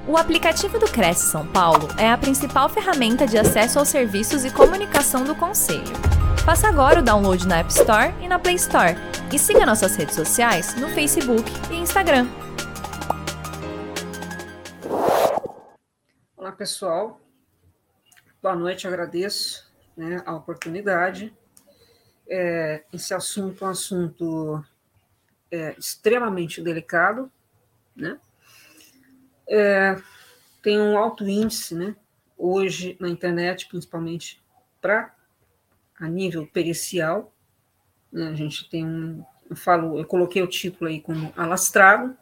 O aplicativo do Cresce São Paulo é a principal ferramenta de acesso aos serviços e comunicação do Conselho. Faça agora o download na App Store e na Play Store. E siga nossas redes sociais no Facebook e Instagram. Olá, pessoal. Boa noite, agradeço a oportunidade. Esse assunto é um assunto extremamente delicado, né? Tem um alto índice, hoje na internet, principalmente a nível pericial, né? A gente tem eu coloquei o título aí como alastrado,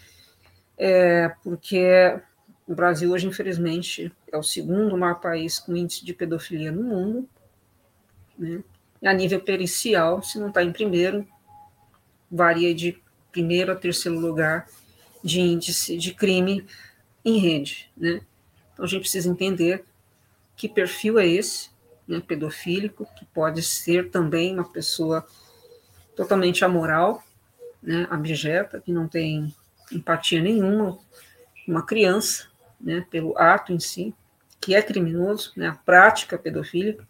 porque o Brasil hoje, infelizmente, é o segundo maior país com índice de pedofilia no mundo, né? A nível pericial, se não está em primeiro, varia de primeiro a terceiro lugar de índice de crime em rede, né? Então a gente precisa entender que perfil é esse, né, pedofílico, que pode ser também uma pessoa totalmente amoral, né, abjeta, que não tem empatia nenhuma, uma criança, né, pelo ato em si, que é criminoso, né, a prática pedofílica,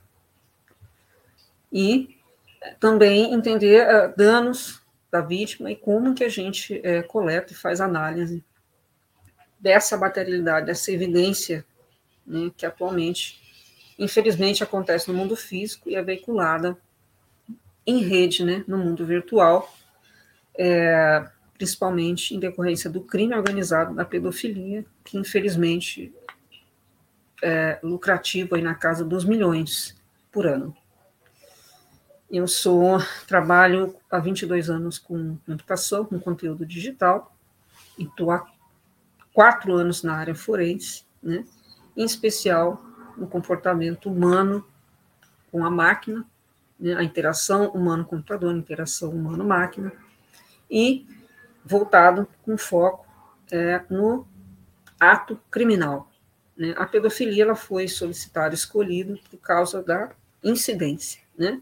e também entender danos da vítima e como que a gente coleta e faz análise dessa materialidade, dessa evidência, né, que atualmente, infelizmente, acontece no mundo físico e é veiculada em rede, né, no mundo virtual, principalmente em decorrência do crime organizado da pedofilia, que infelizmente é lucrativo aí na casa dos milhões por ano. Eu trabalho há 22 anos com computação, com conteúdo digital, e estou há 4 anos na área forense, né, em especial no comportamento humano com a máquina, né, a interação humano-computador, a interação humano-máquina, e voltado com foco no ato criminal, né? A pedofilia ela foi solicitada, escolhida por causa da incidência, né?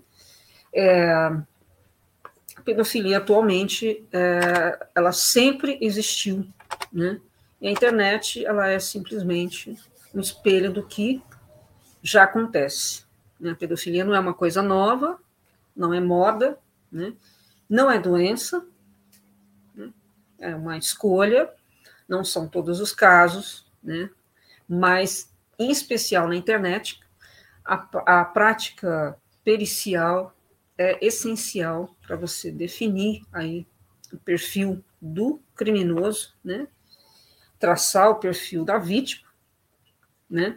A pedofilia atualmente ela sempre existiu, né? E a internet ela é simplesmente um espelho do que já acontece, né? A pedofilia não é uma coisa nova, não é moda, né? Não é doença, né? É uma escolha, não são todos os casos, né? Mas, em especial na internet, a prática pericial é essencial para você definir aí o perfil do criminoso, né? Traçar o perfil da vítima, né?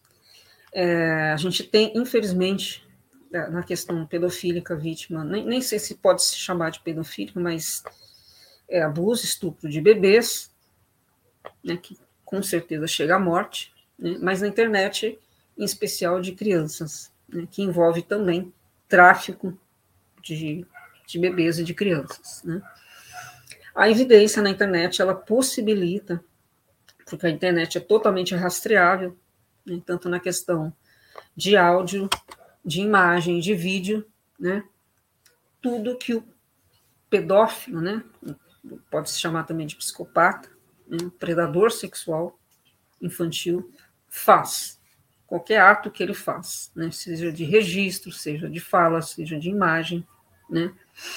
A gente tem, infelizmente, na questão pedofílica, vítima, nem sei se pode se chamar de pedofílico, mas abuso, estupro de bebês, né, que com certeza chega à morte, né, mas na internet, em especial de crianças, né, que envolve também tráfico de bebês e de crianças, né. A evidência na internet, ela possibilita, porque a internet é totalmente rastreável, né, tanto na questão de áudio, de imagem, de vídeo, né, tudo que o pedófilo, né, pode se chamar também de psicopata, né, predador sexual infantil, faz. Qualquer ato que ele faz, né, seja de registro, seja de fala, seja de imagem, né.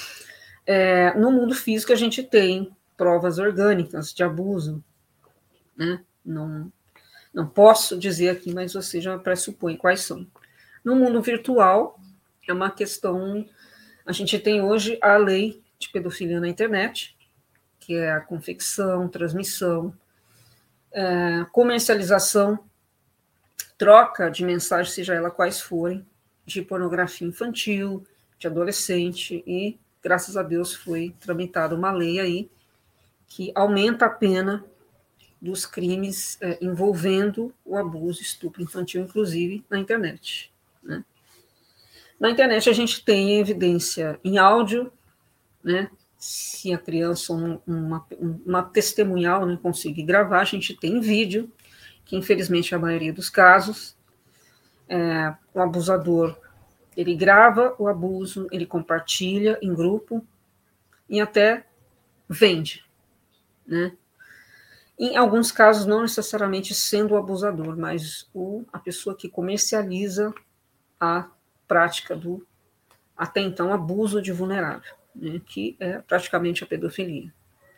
No mundo físico a gente tem provas orgânicas de abuso, né, não posso dizer aqui, mas você já pressupõe quais são. No mundo virtual, é uma questão, a gente tem hoje a lei de pedofilia na internet, que é a confecção, transmissão, comercialização, troca de mensagens, seja ela quais forem, de pornografia infantil, de adolescente, e, graças a Deus, foi tramitada uma lei aí que aumenta a pena dos crimes envolvendo o abuso, estupro infantil, inclusive na internet, né? Na internet a gente tem evidência em áudio, né? Se a criança ou uma testemunhal não conseguir gravar, a gente tem vídeo, que infelizmente é a maioria dos casos, o abusador, ele grava o abuso, ele compartilha em grupo e até vende, né? Em alguns casos, não necessariamente sendo o abusador, mas a pessoa que comercializa a prática do, até então, abuso de vulnerável, né, que é praticamente a pedofilia.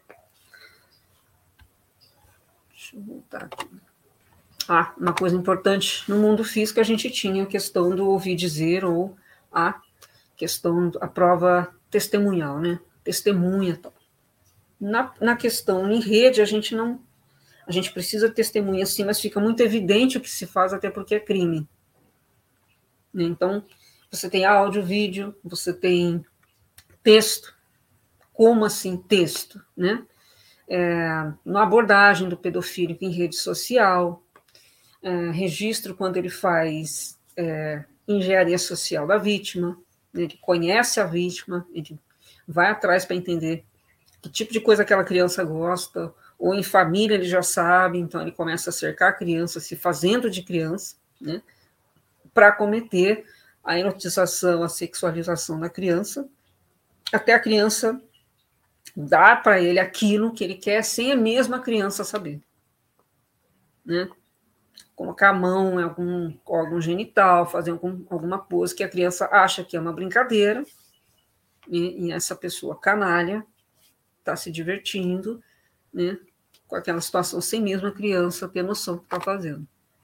Deixa eu voltar aqui. Uma coisa importante, no mundo físico a gente tinha a questão do ouvir dizer ou a questão, a prova testemunhal, né? Testemunha. Tal. Na questão em rede, a gente precisa de testemunha sim, mas fica muito evidente o que se faz, até porque é crime. Então, você tem áudio, vídeo, você tem texto. Como assim texto, né? Na abordagem do pedofílico em rede social, registro quando ele faz engenharia social da vítima, ele conhece a vítima, ele vai atrás para entender que tipo de coisa aquela criança gosta, ou em família ele já sabe, então ele começa a cercar a criança, se fazendo de criança, né, para cometer a erotização, a sexualização da criança, até a criança dar para ele aquilo que ele quer, sem a mesma criança saber. Né? Colocar a mão em algum órgão genital, fazer alguma pose que a criança acha que é uma brincadeira, e essa pessoa canalha está se divertindo, né, com aquela situação, sem mesmo a criança ter noção do que está fazendo.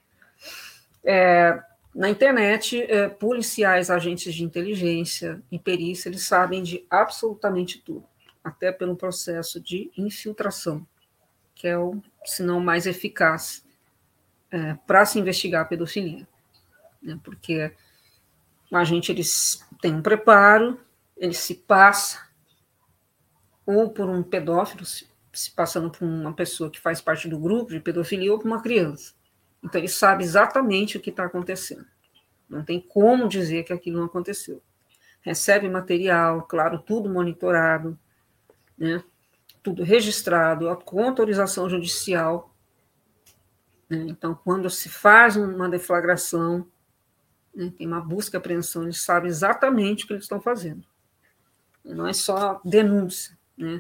Na internet, policiais, agentes de inteligência e perícia, eles sabem de absolutamente tudo, até pelo processo de infiltração, que é o sinal mais eficaz para se investigar a pedofilia, né, porque a gente, eles têm um preparo, ele se passa ou por um pedófilo, se passando por uma pessoa que faz parte do grupo de pedofilia, ou por uma criança. Então, ele sabe exatamente o que está acontecendo. Não tem como dizer que aquilo não aconteceu. Recebe material, claro, tudo monitorado, né? Tudo registrado, com autorização judicial. Né? Então, quando se faz uma deflagração, né, tem uma busca e apreensão, eles sabem exatamente o que eles estão fazendo. Não é só denúncia, né?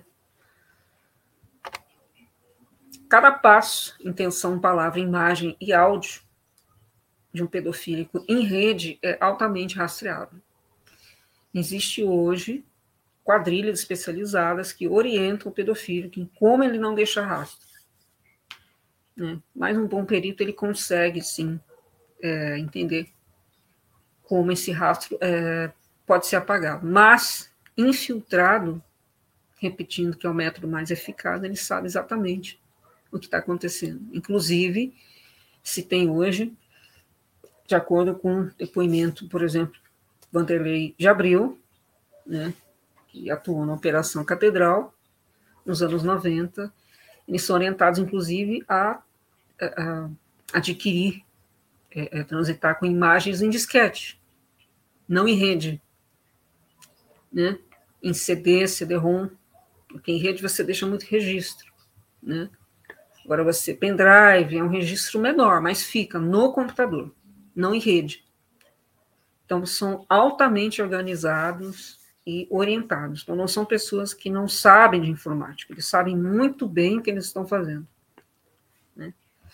Cada passo, intenção, palavra, imagem e áudio de um pedofílico em rede é altamente rastreável. Existe hoje quadrilhas especializadas que orientam o pedofílico em como ele não deixa rastro. Né? Mas um bom perito, ele consegue, sim, entender como esse rastro pode ser apagado. Mas, infiltrado, repetindo que é o método mais eficaz, ele sabe exatamente o que está acontecendo. Inclusive, se tem hoje, de acordo com o depoimento, por exemplo, Vanderlei de Abreu, né, que atuou na Operação Catedral, nos anos 90, eles são orientados, inclusive, a adquirir, transitar com imagens em disquete, não em rede, né, em CD, CD-ROM, porque em rede você deixa muito registro, né. Agora, pendrive é um registro menor, mas fica no computador, não em rede. Então, são altamente organizados e orientados. Então, não são pessoas que não sabem de informática, eles sabem muito bem o que eles estão fazendo. Né?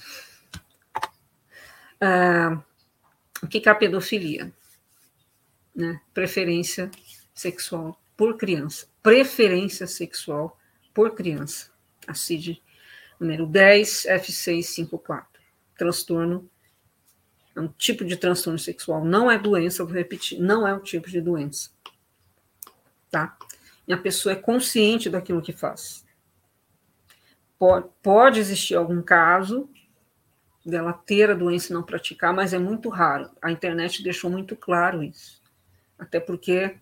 O que é a pedofilia? Né? Preferência sexual por criança. Preferência sexual por criança. A CID número 10, F654. Transtorno. É um tipo de transtorno sexual, não é doença, vou repetir, não é um tipo de doença. Tá? E a pessoa é consciente daquilo que faz. Pode existir algum caso dela ter a doença e não praticar, mas é muito raro. A internet deixou muito claro isso. Até porque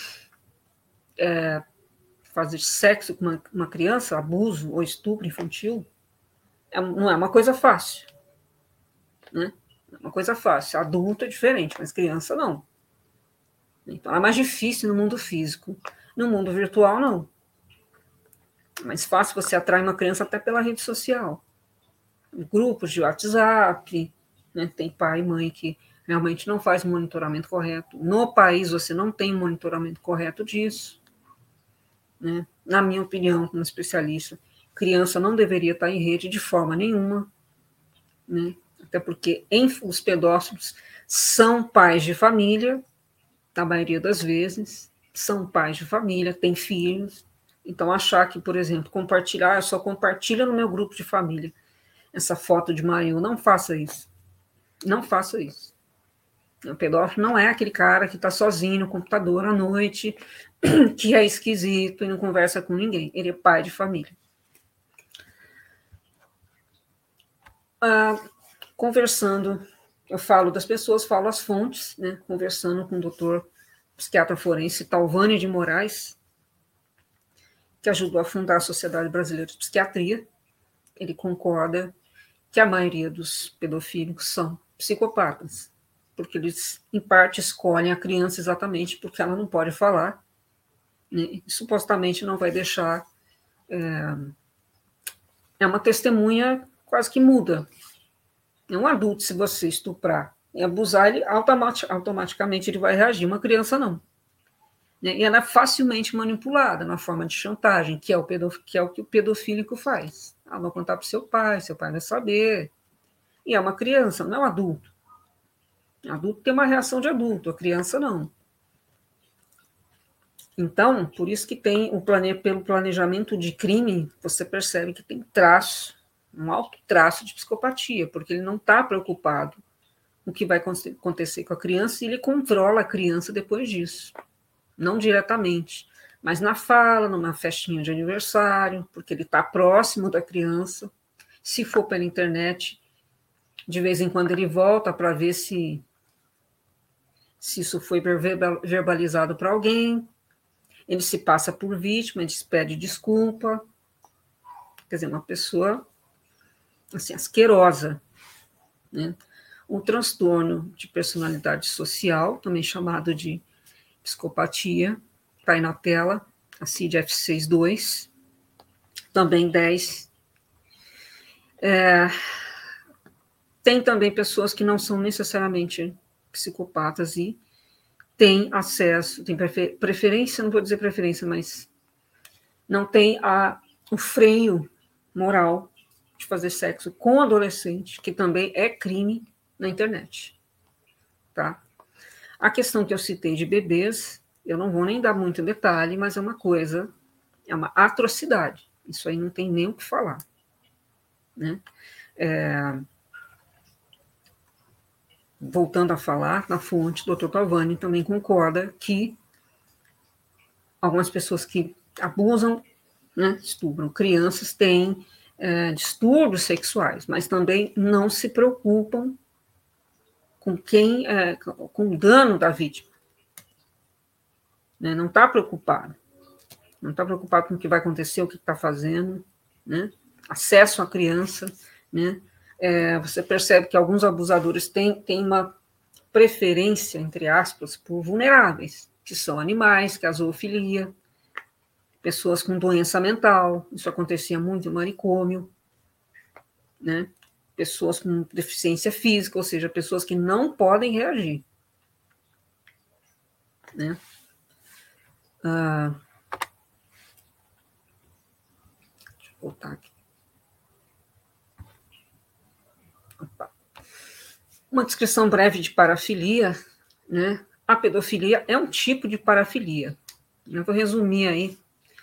fazer sexo com uma criança, abuso ou estupro infantil, não é uma coisa fácil. Né? É uma coisa fácil. Adulto é diferente, mas criança não. Então é mais difícil no mundo físico. No mundo virtual, não. É mais fácil você atrair uma criança até pela rede social. Grupos de WhatsApp, né? Tem pai e mãe que realmente não faz monitoramento correto. No país você não tem monitoramento correto disso. Né? Na minha opinião, como especialista, Criança não deveria estar em rede de forma nenhuma, né? Até porque os pedófilos são pais de família, na maioria das vezes, são pais de família, têm filhos. Então, achar que, por exemplo, compartilhar, eu só compartilho no meu grupo de família essa foto de maiô, não faça isso. Não faça isso. O pedófilo não é aquele cara que está sozinho no computador à noite, que é esquisito e não conversa com ninguém. Ele é pai de família. Conversando, eu falo das pessoas, falo as fontes, né? Conversando com o doutor psiquiatra forense Talvânio de Moraes, que ajudou a fundar a Sociedade Brasileira de Psiquiatria. Ele concorda que a maioria dos pedofílicos são psicopatas, porque eles, em parte, escolhem a criança exatamente porque ela não pode falar, né? E supostamente não vai deixar... É uma testemunha quase que muda. É um adulto, se você estuprar e abusar, ele automaticamente ele vai reagir. Uma criança, não. E ela é facilmente manipulada na forma de chantagem, que é o que o pedofílico faz. Ah, vou contar para seu pai vai saber. E é uma criança, não é um adulto. O adulto tem uma reação de adulto, a criança não. Então, por isso que tem pelo planejamento de crime, você percebe que tem traço, um alto traço de psicopatia, porque ele não está preocupado com o que vai acontecer com a criança e ele controla a criança depois disso. Não diretamente, mas na fala, numa festinha de aniversário, porque ele está próximo da criança. Se for pela internet, de vez em quando ele volta para ver se isso foi verbalizado para alguém. Ele se passa por vítima, ele se pede desculpa. Quer dizer, uma pessoa assim, asquerosa, né? O transtorno de personalidade social, também chamado de psicopatia, está aí na tela, a CID-F6-2, também 10. Tem também pessoas que não são necessariamente psicopatas e têm acesso, têm preferência, não vou dizer preferência, mas não tem o freio moral de fazer sexo com adolescente, que também é crime na internet. Tá? A questão que eu citei de bebês, eu não vou nem dar muito detalhe, mas é uma atrocidade. Isso aí não tem nem o que falar. Né? Voltando a falar, na fonte, o Dr. Talvani também concorda que algumas pessoas que abusam, né, estupram crianças têm distúrbios sexuais, mas também não se preocupam com com o dano da vítima. Né? Não está preocupado. Não está preocupado com o que vai acontecer, o que está fazendo, né? Acesso à criança, né? Você percebe que alguns abusadores têm uma preferência, entre aspas, por vulneráveis, que são animais, que é a zoofilia, pessoas com doença mental, isso acontecia muito no manicômio, né? Pessoas com deficiência física, ou seja, pessoas que não podem reagir. Né? Deixa eu voltar aqui. Opa. Uma descrição breve de parafilia, né? A pedofilia é um tipo de parafilia. Eu vou resumir aí.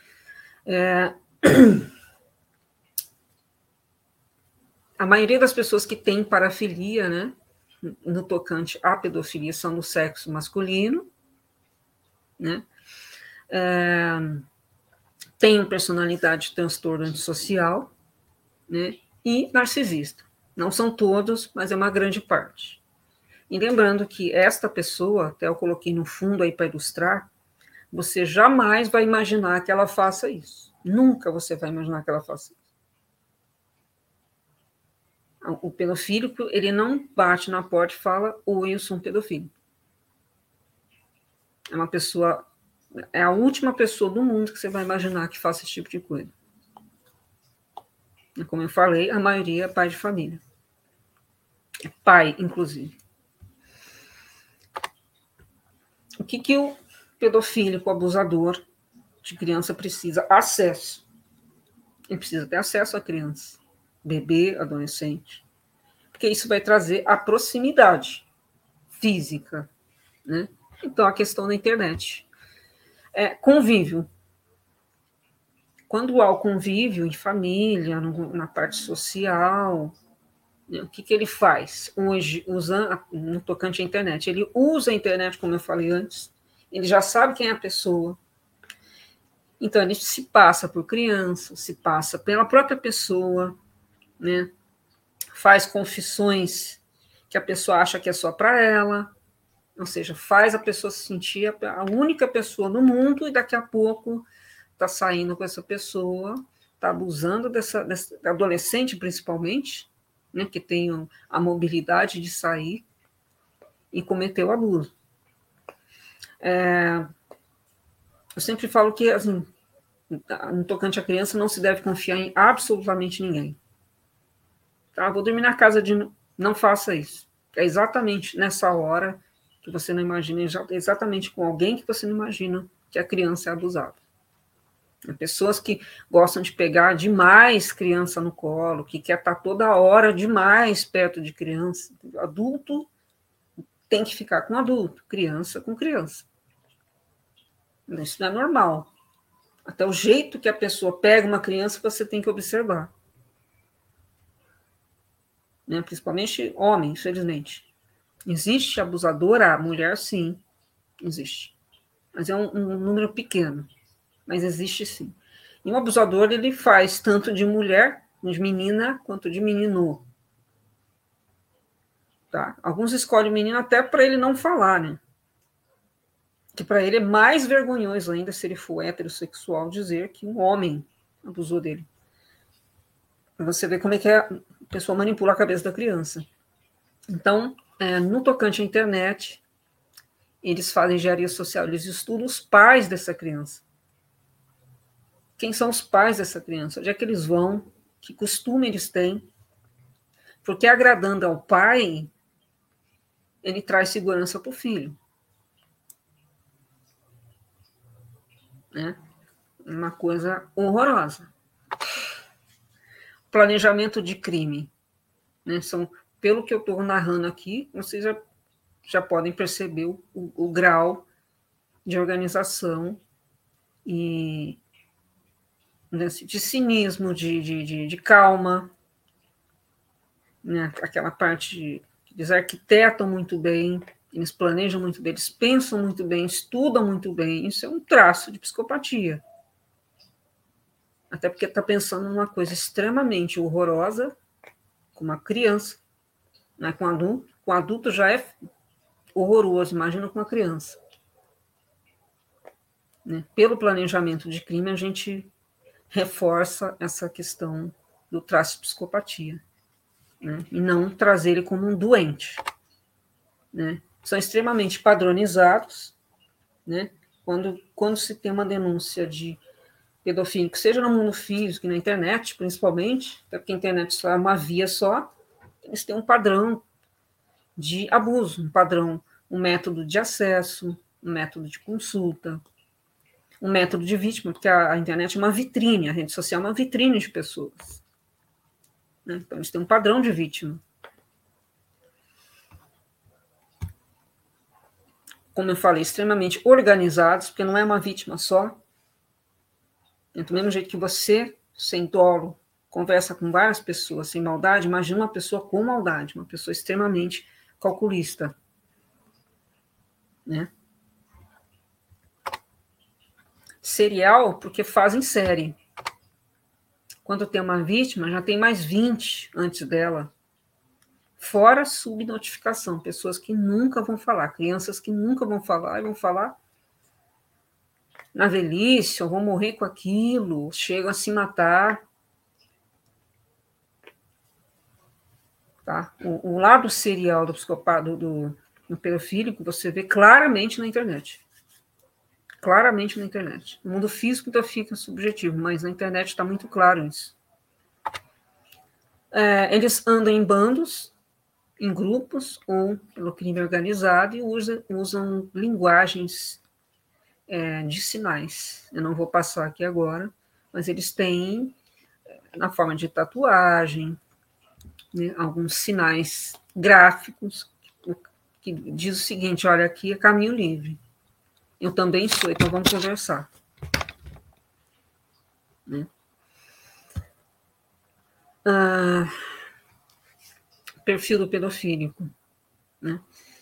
A maioria das pessoas que tem parafilia, né, no tocante à pedofilia, são do sexo masculino, né? Tem personalidade de transtorno antissocial, né? E narcisista. Não são todos, mas é uma grande parte. E lembrando que esta pessoa, até eu coloquei no fundo aí para ilustrar, você jamais vai imaginar que ela faça isso. Nunca você vai imaginar que ela faça isso. O pedofílico, ele não bate na porta e fala, oi, eu sou um pedofílico. É uma pessoa, é a última pessoa do mundo que você vai imaginar que faça esse tipo de coisa. Como eu falei, a maioria é pai de família. É pai, inclusive. O que o pedofílico, abusador de criança precisa? Acesso. Ele precisa ter acesso à criança, bebê, adolescente, porque isso vai trazer a proximidade física, né? Então, a questão da internet. Convívio. Quando há o convívio em família, na parte social, né, o que ele faz hoje, no tocante à internet? Ele usa a internet, como eu falei antes, ele já sabe quem é a pessoa, então ele se passa por criança, se passa pela própria pessoa, né? Faz confissões que a pessoa acha que é só para ela, ou seja, faz a pessoa se sentir a única pessoa no mundo e daqui a pouco está saindo com essa pessoa, está abusando dessa adolescente principalmente, né, que tem a mobilidade de sair e cometer o abuso. Eu sempre falo que, assim, no tocante à criança, não se deve confiar em absolutamente ninguém. Tá? Vou dormir na casa de... Não faça isso. É exatamente nessa hora que você não imagina, exatamente com alguém que você não imagina que a criança é abusada. Pessoas que gostam de pegar demais criança no colo, que quer estar toda hora demais perto de criança. Adulto tem que ficar com adulto, criança com criança. Isso não é normal. Até o jeito que a pessoa pega uma criança, você tem que observar. Né? Principalmente homem, infelizmente. Existe abusadora? A mulher, sim, existe. Mas é um número pequeno. Mas existe, sim. E um abusador, ele faz tanto de mulher, de menina, quanto de menino. Tá? Alguns escolhem menino até para ele não falar, né? Que para ele é mais vergonhoso ainda, se ele for heterossexual, dizer que um homem abusou dele. Para você ver como é que a pessoa manipula a cabeça da criança. Então, no tocante à internet, eles fazem engenharia social, eles estudam os pais dessa criança. Quem são os pais dessa criança? Onde é que eles vão? Que costume eles têm? Porque agradando ao pai, ele traz segurança para o filho. Né? Uma coisa horrorosa. Planejamento de crime. Né? Pelo que eu estou narrando aqui, vocês já podem perceber o grau de organização e de cinismo, de calma, né? Aquela parte que eles arquitetam muito bem, eles planejam muito bem, eles pensam muito bem, estudam muito bem. Isso é um traço de psicopatia. Até porque está pensando numa coisa extremamente horrorosa com uma criança, né? Com adulto já é horroroso, imagina com uma criança. Né? Pelo planejamento de crime, a gente reforça essa questão do traço de psicopatia, né? E não trazer ele como um doente. Né? São extremamente padronizados, né? Quando se tem uma denúncia de pedofilia, que seja no mundo físico, na internet, principalmente, até porque a internet só é uma via só, eles têm um padrão de abuso, um método de acesso, um método de consulta, um método de vítima, porque a internet é uma vitrine, a rede social é uma vitrine de pessoas. Né? Então, eles têm um padrão de vítima. Como eu falei, extremamente organizados, porque não é uma vítima só. Do mesmo jeito que você, sem dolo, conversa com várias pessoas sem maldade, imagina uma pessoa com maldade, uma pessoa extremamente calculista. Né? Serial, porque fazem série. Quando tem uma vítima, já tem mais 20 antes dela. Fora subnotificação, pessoas que nunca vão falar, crianças que nunca vão falar e vão falar na velhice, ou vão morrer com aquilo, chegam a se matar. Tá? O lado serial do psicopata, do pedofílico, você vê claramente na internet. Claramente na internet. No mundo físico ainda fica subjetivo, mas na internet está muito claro isso. Eles andam em bandos, em grupos, ou pelo crime organizado, e usam linguagens de sinais. Eu não vou passar aqui agora, mas eles têm na forma de tatuagem, né, alguns sinais gráficos que diz o seguinte: olha, aqui é caminho livre. Eu também sou, então vamos conversar. Né? Perfil do pedofílico. Né?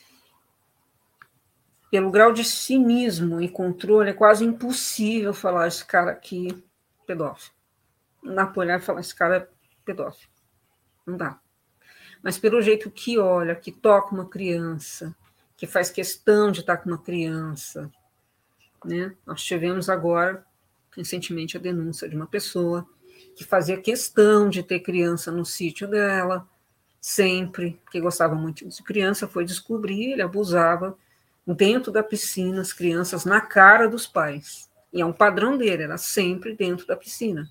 Pelo grau de cinismo e controle, é quase impossível falar esse cara aqui é pedófilo. Não dá para olhar e falar esse cara é pedófilo. Não dá. Mas pelo jeito que olha, que toca uma criança, que faz questão de estar com uma criança, né? Nós tivemos agora, recentemente, a denúncia de uma pessoa que fazia questão de ter criança no sítio dela, sempre, que gostava muito de criança, foi descobrir, ele abusava dentro da piscina, as crianças na cara dos pais. E é um padrão dele, era sempre dentro da piscina.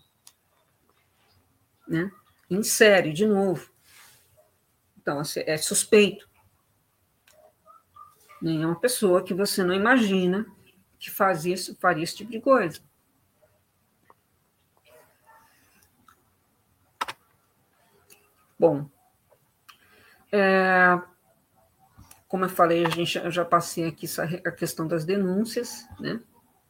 Né? Em série, de novo. Então, é suspeito. É uma pessoa que você não imagina que faria esse tipo de coisa. Bom, como eu falei, eu já passei aqui a questão das denúncias, né?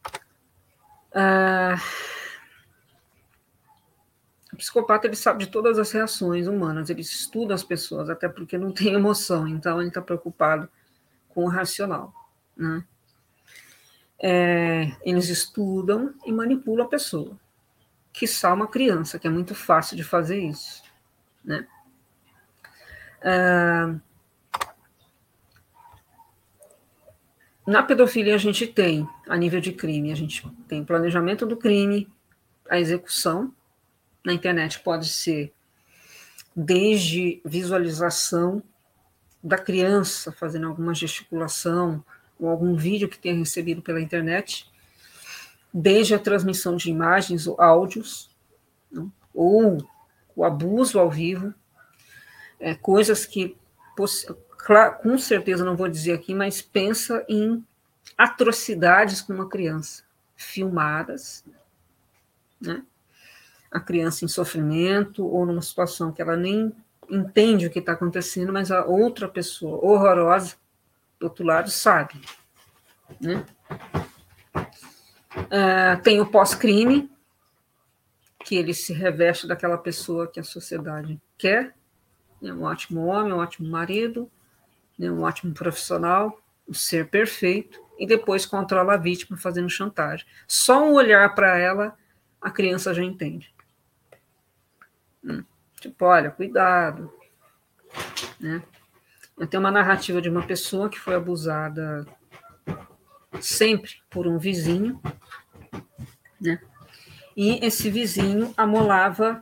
O psicopata, ele sabe de todas as reações humanas, ele estuda as pessoas, até porque não tem emoção, então ele está preocupado com o racional, né? Eles estudam e manipulam a pessoa, quiçá uma criança, que é muito fácil de fazer isso, né? Na pedofilia a gente tem, a nível de crime, a gente tem o planejamento do crime, a execução. Na internet pode ser desde visualização da criança fazendo alguma gesticulação ou algum vídeo que tenha recebido pela internet, desde a transmissão de imagens ou áudios, né, ou o abuso ao vivo, coisas que, com certeza não vou dizer aqui, mas pensa em atrocidades com uma criança, filmadas, né? A criança em sofrimento ou numa situação que ela nem entende o que está acontecendo, mas a outra pessoa horrorosa do outro lado sabe. Né? Tem o pós-crime, que ele se reveste daquela pessoa que a sociedade quer, né? Um ótimo homem, um ótimo marido, né? Um ótimo profissional, um ser perfeito, e depois controla a vítima fazendo chantagem. Só um olhar para ela, a criança já entende. Tipo, olha, cuidado. Né? Tem uma narrativa de uma pessoa que foi abusada sempre por um vizinho, né? E esse vizinho amolava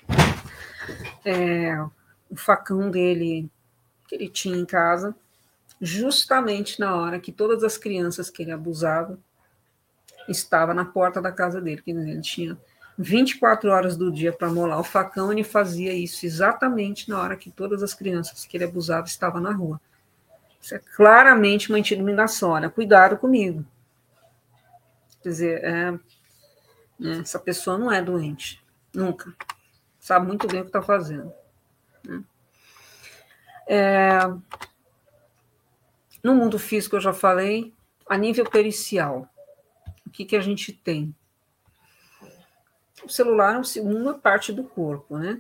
o facão dele, que ele tinha em casa, justamente na hora que todas as crianças que ele abusava estavam na porta da casa dele, que ele tinha 24 horas do dia para amolar o facão, ele fazia isso exatamente na hora que todas as crianças que ele abusava estavam na rua. Isso é claramente uma intimidação. Olha, cuidado comigo. Quer dizer, essa pessoa não é doente, nunca. Sabe muito bem o que está fazendo. Né? No mundo físico, eu já falei, a nível pericial, o que a gente tem? O celular é uma segunda parte do corpo, né?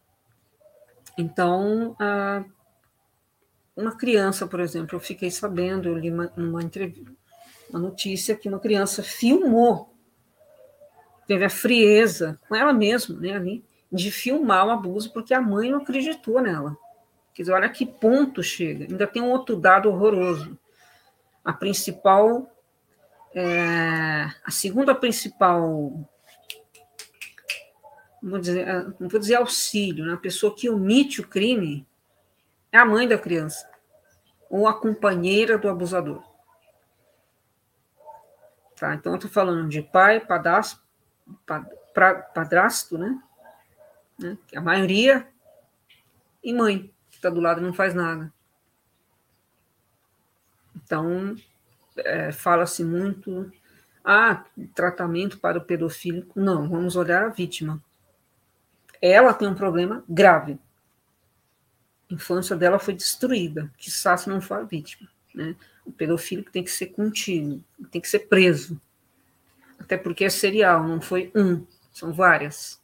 Então, uma criança, por exemplo, eu fiquei sabendo, eu li numa entrevista, uma notícia que uma criança filmou, teve a frieza com ela mesma, né, ali, de filmar o abuso, porque a mãe não acreditou nela. Quer dizer, olha que ponto chega. Ainda tem um outro dado horroroso. A segunda principal, não vou dizer auxílio, né? A pessoa que omite o crime é a mãe da criança, ou a companheira do abusador. Tá? Então, eu estou falando de pai, padrasto, né? Que a maioria, e mãe, que está do lado e não faz nada. Então, fala-se muito, tratamento para o pedofílico. Não, vamos olhar a vítima. ela tem um problema grave. A infância dela foi destruída, quiçá se não for a vítima, né? O pedofílico tem que ser contínuo, tem que ser preso. Até porque é serial, não foi um, são várias.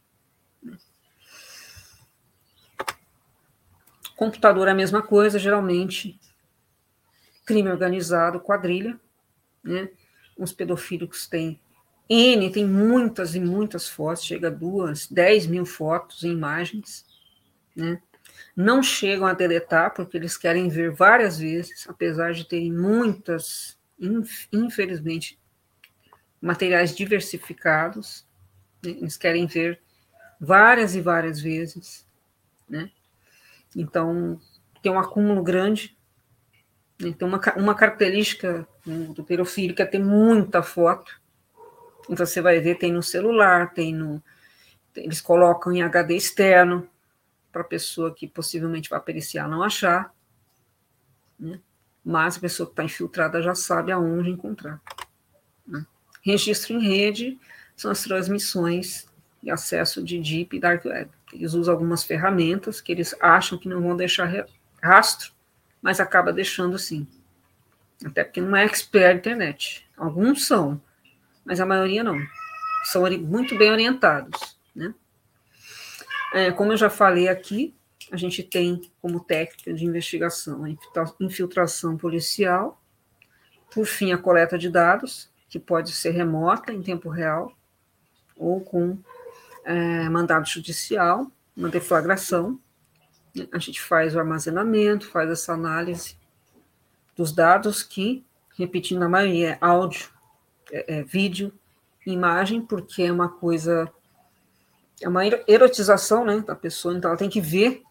Computador é a mesma coisa, geralmente. Crime organizado, quadrilha, né? Os pedofílicos têm tem muitas e muitas fotos, chega a 10 mil fotos e imagens, né? Não chegam a deletar, porque eles querem ver várias vezes, apesar de terem muitas, infelizmente, materiais diversificados, né? Eles querem ver várias e várias vezes, né? Então, tem um acúmulo grande. Então, uma característica do pedofílico é ter muita foto. Então, você vai ver, tem no celular, eles colocam em HD externo, para a pessoa que possivelmente vai periciar não achar, né? Mas a pessoa que está infiltrada já sabe aonde encontrar, né? Registro em rede são as transmissões de acesso de Deep e Dark Web. Eles usam algumas ferramentas que eles acham que não vão deixar rastro, mas acaba deixando sim. Até porque não é expert internet. Alguns são, mas a maioria não. São muito bem orientados, né? Como eu já falei aqui, a gente tem como técnica de investigação a infiltração policial, por fim, a coleta de dados, que pode ser remota, em tempo real, ou com mandado judicial, uma deflagração. A gente faz o armazenamento, faz essa análise dos dados que, repetindo, a maioria é áudio, vídeo, imagem, porque é uma coisa, é uma erotização, né, da pessoa, então ela tem que ver,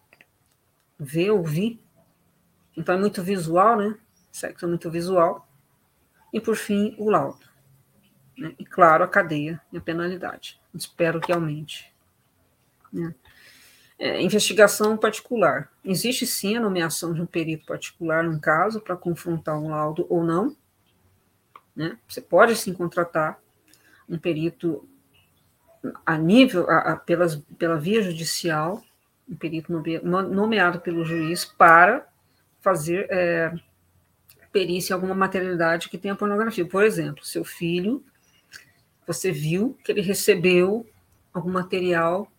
ouvir, então é muito visual, né, sexo é muito visual, e por fim o laudo, né, e claro a cadeia e a penalidade, espero que aumente, né. Investigação particular, existe sim a nomeação de um perito particular num caso para confrontar um laudo ou não, né, você pode sim contratar um perito a nível, pela via judicial, um perito nomeado pelo juiz para fazer perícia em alguma materialidade que tenha pornografia. Por exemplo, seu filho, você viu que ele recebeu algum material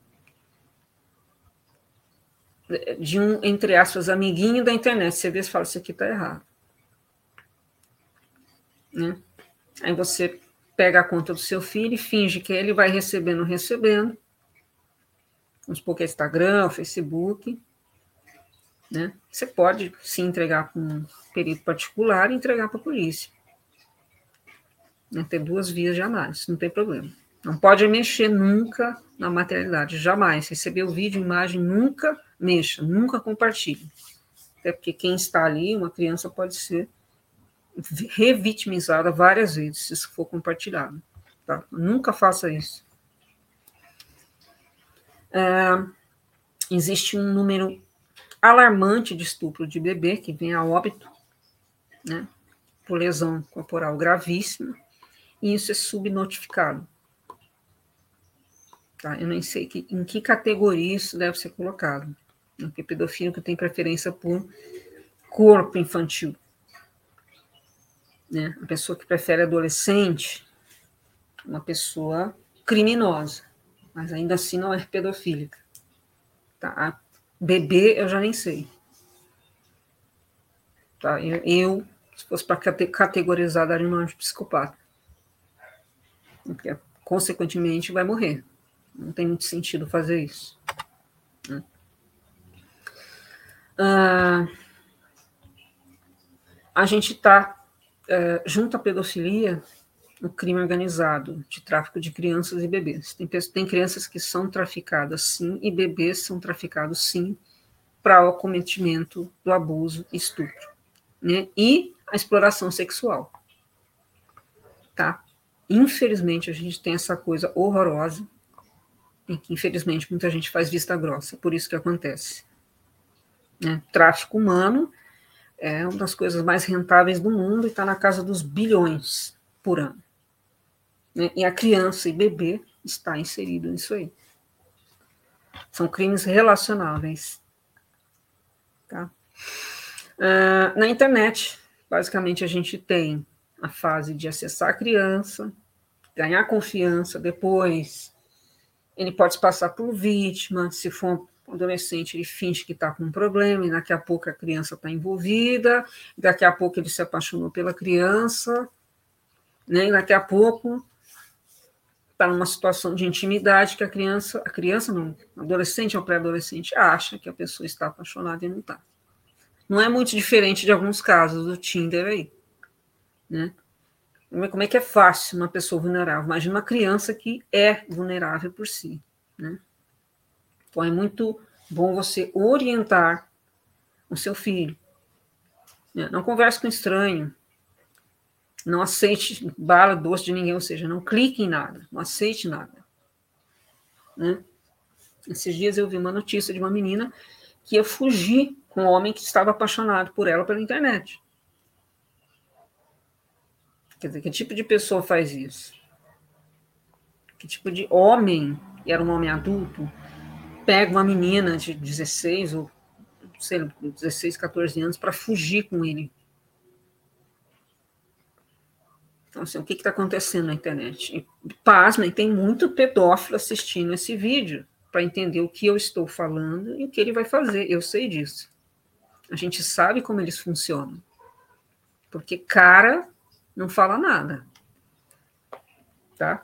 de um, entre aspas, amiguinho da internet. Você vê e fala, isso aqui está errado, né? Aí você pega a conta do seu filho e finge que ele vai recebendo, vamos supor que é Instagram, Facebook, né? Você pode se entregar com um perito particular e entregar para a polícia, né? Ter duas vias de análise, não tem problema. Não pode mexer nunca na materialidade, jamais. Receber o vídeo, imagem, nunca mexa, nunca compartilhe. Até porque quem está ali, uma criança, pode ser revitimizada várias vezes, se isso for compartilhado. Tá? Nunca faça isso. Existe um número alarmante de estupro de bebê que vem a óbito, né, por lesão corporal gravíssima, e isso é subnotificado. Tá? Eu nem sei em que categoria isso deve ser colocado, porque pedofílico tem preferência por corpo infantil, né? A pessoa que prefere adolescente, uma pessoa criminosa, mas ainda assim não é pedofílica. Tá? Bebê eu já nem sei. Tá? Eu se fosse para categorizar, daria um nome de psicopata. Porque, consequentemente, vai morrer. Não tem muito sentido fazer isso, né? A gente está, junto à pedofilia, o crime organizado de tráfico de crianças e bebês. Tem crianças que são traficadas, sim, e bebês são traficados, sim, para o cometimento do abuso e estupro, né? E a exploração sexual. Tá? Infelizmente, a gente tem essa coisa horrorosa, em que, infelizmente, muita gente faz vista grossa, por isso que acontece, né? Tráfico humano é uma das coisas mais rentáveis do mundo e está na casa dos bilhões por ano, né? E a criança e bebê está inserido nisso aí. São crimes relacionáveis. Tá? Na internet, basicamente, a gente tem a fase de acessar a criança, ganhar confiança, depois ele pode passar por vítima, se for um adolescente, ele finge que está com um problema, e daqui a pouco a criança está envolvida, daqui a pouco ele se apaixonou pela criança, né, e daqui a pouco está numa situação de intimidade que a criança não, adolescente ou pré-adolescente acha que a pessoa está apaixonada e não está. Não é muito diferente de alguns casos do Tinder aí, né? Como é que é fácil uma pessoa vulnerável? Imagina uma criança que é vulnerável por si, né? Então é muito bom você orientar o seu filho, né? Não converse com estranho, não aceite bala doce de ninguém, ou seja, não clique em nada, não aceite nada, né? Esses dias eu vi uma notícia de uma menina que ia fugir com um homem que estava apaixonado por ela pela internet. Quer dizer, que tipo de pessoa faz isso? Que tipo de homem, e era um homem adulto, pega uma menina de 16 ou sei lá, 16, 14 anos para fugir com ele? Então, assim, o que está acontecendo na internet? E, pasmem, tem muito pedófilo assistindo esse vídeo para entender o que eu estou falando e o que ele vai fazer. Eu sei disso. A gente sabe como eles funcionam. Porque cara não fala nada. Tá?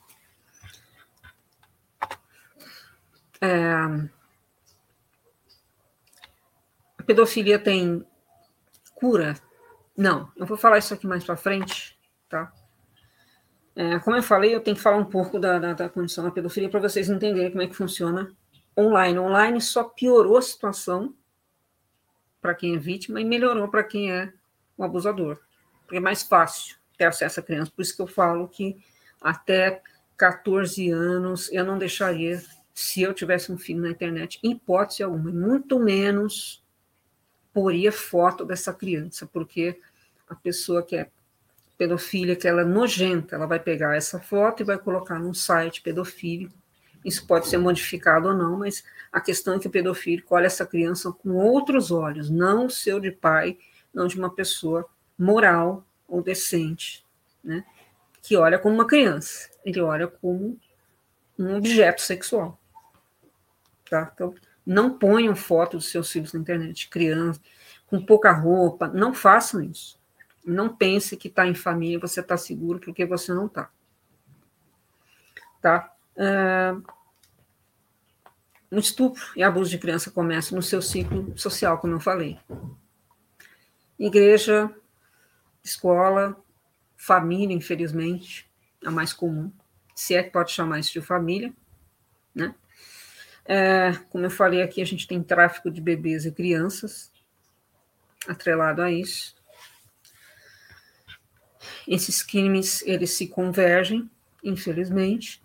A pedofilia tem cura? Não. Eu vou falar isso aqui mais para frente, tá? Como eu falei, eu tenho que falar um pouco da condição da pedofilia para vocês entenderem como é que funciona online. Online só piorou a situação para quem é vítima e melhorou para quem é o abusador. Porque é mais fácil ter acesso à criança. Por isso que eu falo que até 14 anos eu não deixaria, se eu tivesse um filho na internet, em hipótese alguma, muito menos poria foto dessa criança, porque a pessoa que é pedofília, que ela é nojenta, ela vai pegar essa foto e vai colocar num site pedofílico. Isso pode ser modificado ou não, mas a questão é que o pedofílico olha essa criança com outros olhos, não o seu de pai, não de uma pessoa moral ou decente, né? Que olha como uma criança, ele olha como um objeto sexual. Tá? Então, não ponham fotos dos seus filhos na internet, criança, com pouca roupa, não façam isso. Não pense que está em família, você está seguro, porque você não está. Tá? O estupro e abuso de criança começam no seu ciclo social, como eu falei. Igreja, escola, família, infelizmente, a mais comum, se é que pode chamar isso de família, né? Como eu falei aqui, a gente tem tráfico de bebês e crianças atrelado a isso. Esses crimes, eles se convergem, infelizmente.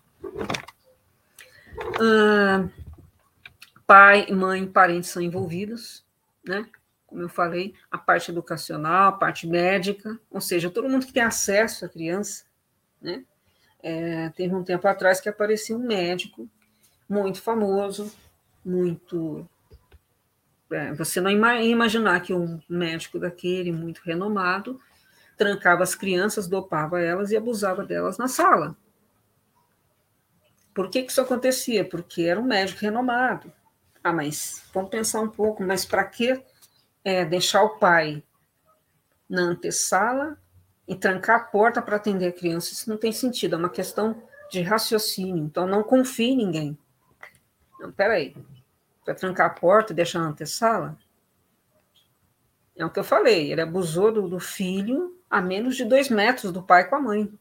Pai, mãe, parentes são envolvidos, né? Como eu falei, a parte educacional, a parte médica, ou seja, todo mundo que tem acesso à criança, né? Teve um tempo atrás que aparecia um médico muito famoso, muito... você não ia imaginar que um médico daquele, muito renomado, trancava as crianças, dopava elas e abusava delas na sala. Por que isso acontecia? Porque era um médico renomado. Mas vamos pensar um pouco, mas para que deixar o pai na antessala e trancar a porta para atender a criança? Isso não tem sentido, é uma questão de raciocínio. Então, não confie em ninguém. Não, peraí, para trancar a porta e deixar na antessala? É o que eu falei, ele abusou do filho a menos de 2 metros do pai com a mãe.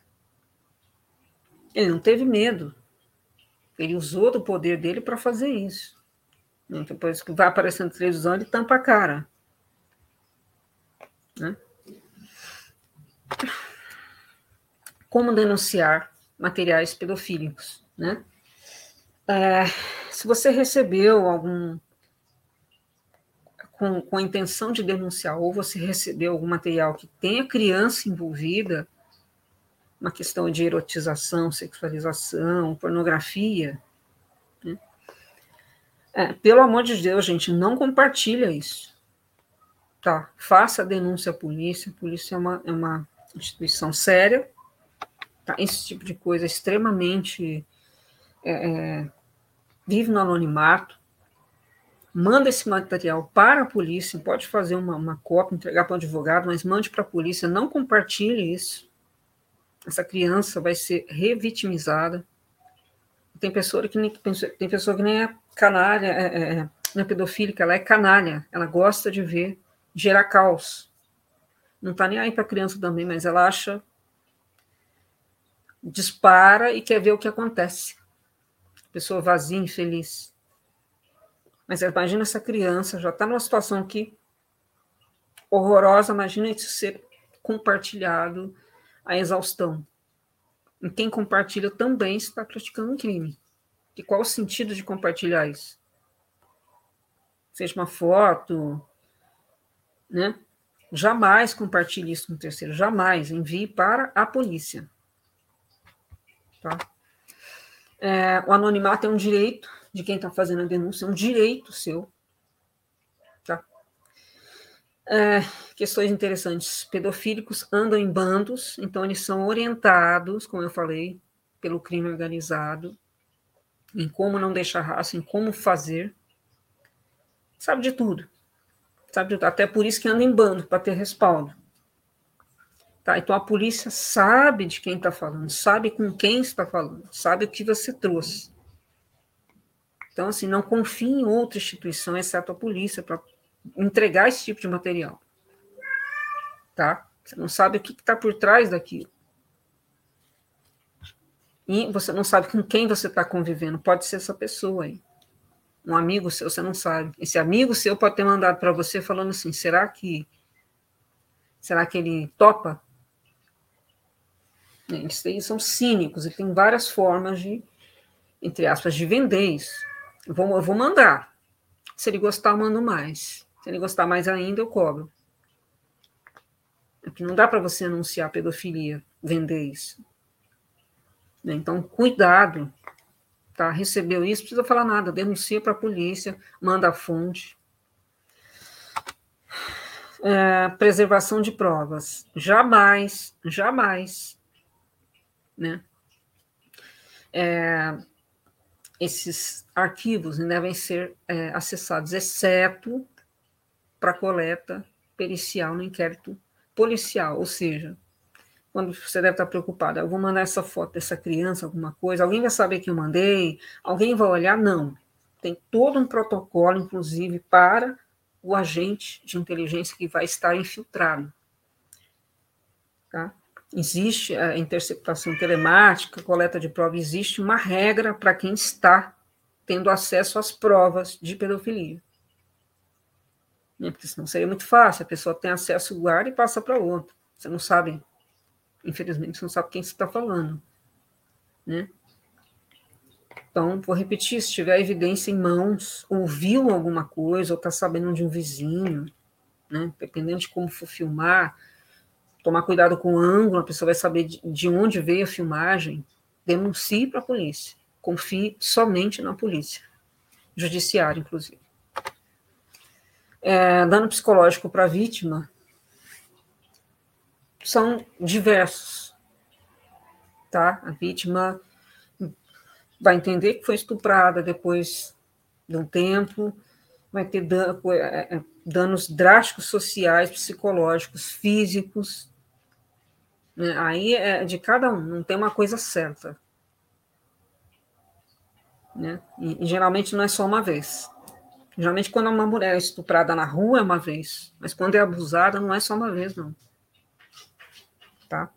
Ele não teve medo. Ele usou do poder dele para fazer isso. Depois que vai aparecendo na televisão, ele tampa a cara. Né? Como denunciar materiais pedofílicos? Né? Se você recebeu algum... com a intenção de denunciar, ou você recebeu algum material que tenha criança envolvida, uma questão de erotização, sexualização, pornografia, né? Pelo amor de Deus, gente, não compartilha isso. Tá? Faça a denúncia à polícia. A polícia é uma instituição séria. Tá? Esse tipo de coisa é extremamente... vive no anonimato. Manda esse material para a polícia. Pode fazer uma cópia, entregar para o advogado, mas mande para a polícia. Não compartilhe isso. Essa criança vai ser revitimizada. Tem pessoa que nem é canalha, não é pedofílica, ela é canalha. Ela gosta de ver gerar caos. Não está nem aí para a criança também, mas ela acha, dispara e quer ver o que acontece. Pessoa vazia, infeliz. Mas imagina essa criança, já está numa situação aqui horrorosa, imagina isso ser compartilhado à exaustão. E quem compartilha também está praticando um crime. E qual o sentido de compartilhar isso? Seja uma foto, né? Jamais compartilhe isso com o terceiro, jamais. Envie para a polícia. Tá? O anonimato é um direito de quem está fazendo a denúncia, é um direito seu. Tá? Questões interessantes. Pedofílicos andam em bandos, então eles são orientados, como eu falei, pelo crime organizado, em como não deixar rastro, em como fazer. Sabe de tudo. Até por isso que anda em bando, para ter respaldo. Tá? Então a polícia sabe de quem está falando, sabe com quem está falando, sabe o que você trouxe. Então, assim, não confie em outra instituição, exceto a polícia, para entregar esse tipo de material. Tá? Você não sabe o que está por trás daquilo. E você não sabe com quem você está convivendo. Pode ser essa pessoa aí. Um amigo seu, você não sabe. Esse amigo seu pode ter mandado para você falando assim, será que ele topa? Eles são cínicos e tem várias formas de, entre aspas, de vender isso. Eu vou mandar. Se ele gostar, eu mando mais. Se ele gostar mais ainda, eu cobro. Porque não dá para você anunciar pedofilia, vender isso. Então, cuidado. Tá? Recebeu isso, não precisa falar nada. Denuncia para a polícia, manda a fonte. Preservação de provas. Jamais, né? Esses arquivos devem ser acessados, exceto para coleta pericial no inquérito policial, ou seja, quando você deve estar preocupado, eu vou mandar essa foto dessa criança, alguma coisa, alguém vai saber que eu mandei, alguém vai olhar? Não. Tem todo um protocolo, inclusive, para o agente de inteligência que vai estar infiltrado. Tá? Existe a interceptação telemática, coleta de prova, existe uma regra para quem está tendo acesso às provas de pedofilia. Porque senão seria muito fácil, a pessoa tem acesso, guarda e passa para outra. Você não sabe, infelizmente, você não sabe quem você está falando. Né? Então, vou repetir, se tiver evidência em mãos, ouviu alguma coisa, ou está sabendo de um vizinho, né? Dependendo de como for filmar, tomar cuidado com o ângulo, a pessoa vai saber de onde veio a filmagem, denuncie para a polícia. Confie somente na polícia. Judiciário, inclusive. Dano psicológico para a vítima são diversos. Tá? A vítima vai entender que foi estuprada depois de um tempo, vai ter danos drásticos sociais, psicológicos, físicos. Né? Aí é de cada um, não tem uma coisa certa. Né? E geralmente não é só uma vez. Geralmente quando uma mulher é estuprada na rua é uma vez, mas quando é abusada não é só uma vez, não. Tá?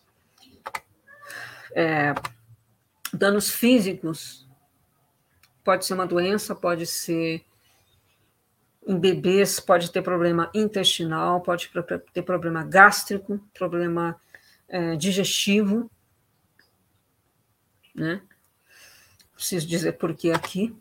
Danos físicos, pode ser uma doença, pode ser em bebês, pode ter problema intestinal, pode ter problema gástrico, problema digestivo, né? Preciso dizer por que aqui.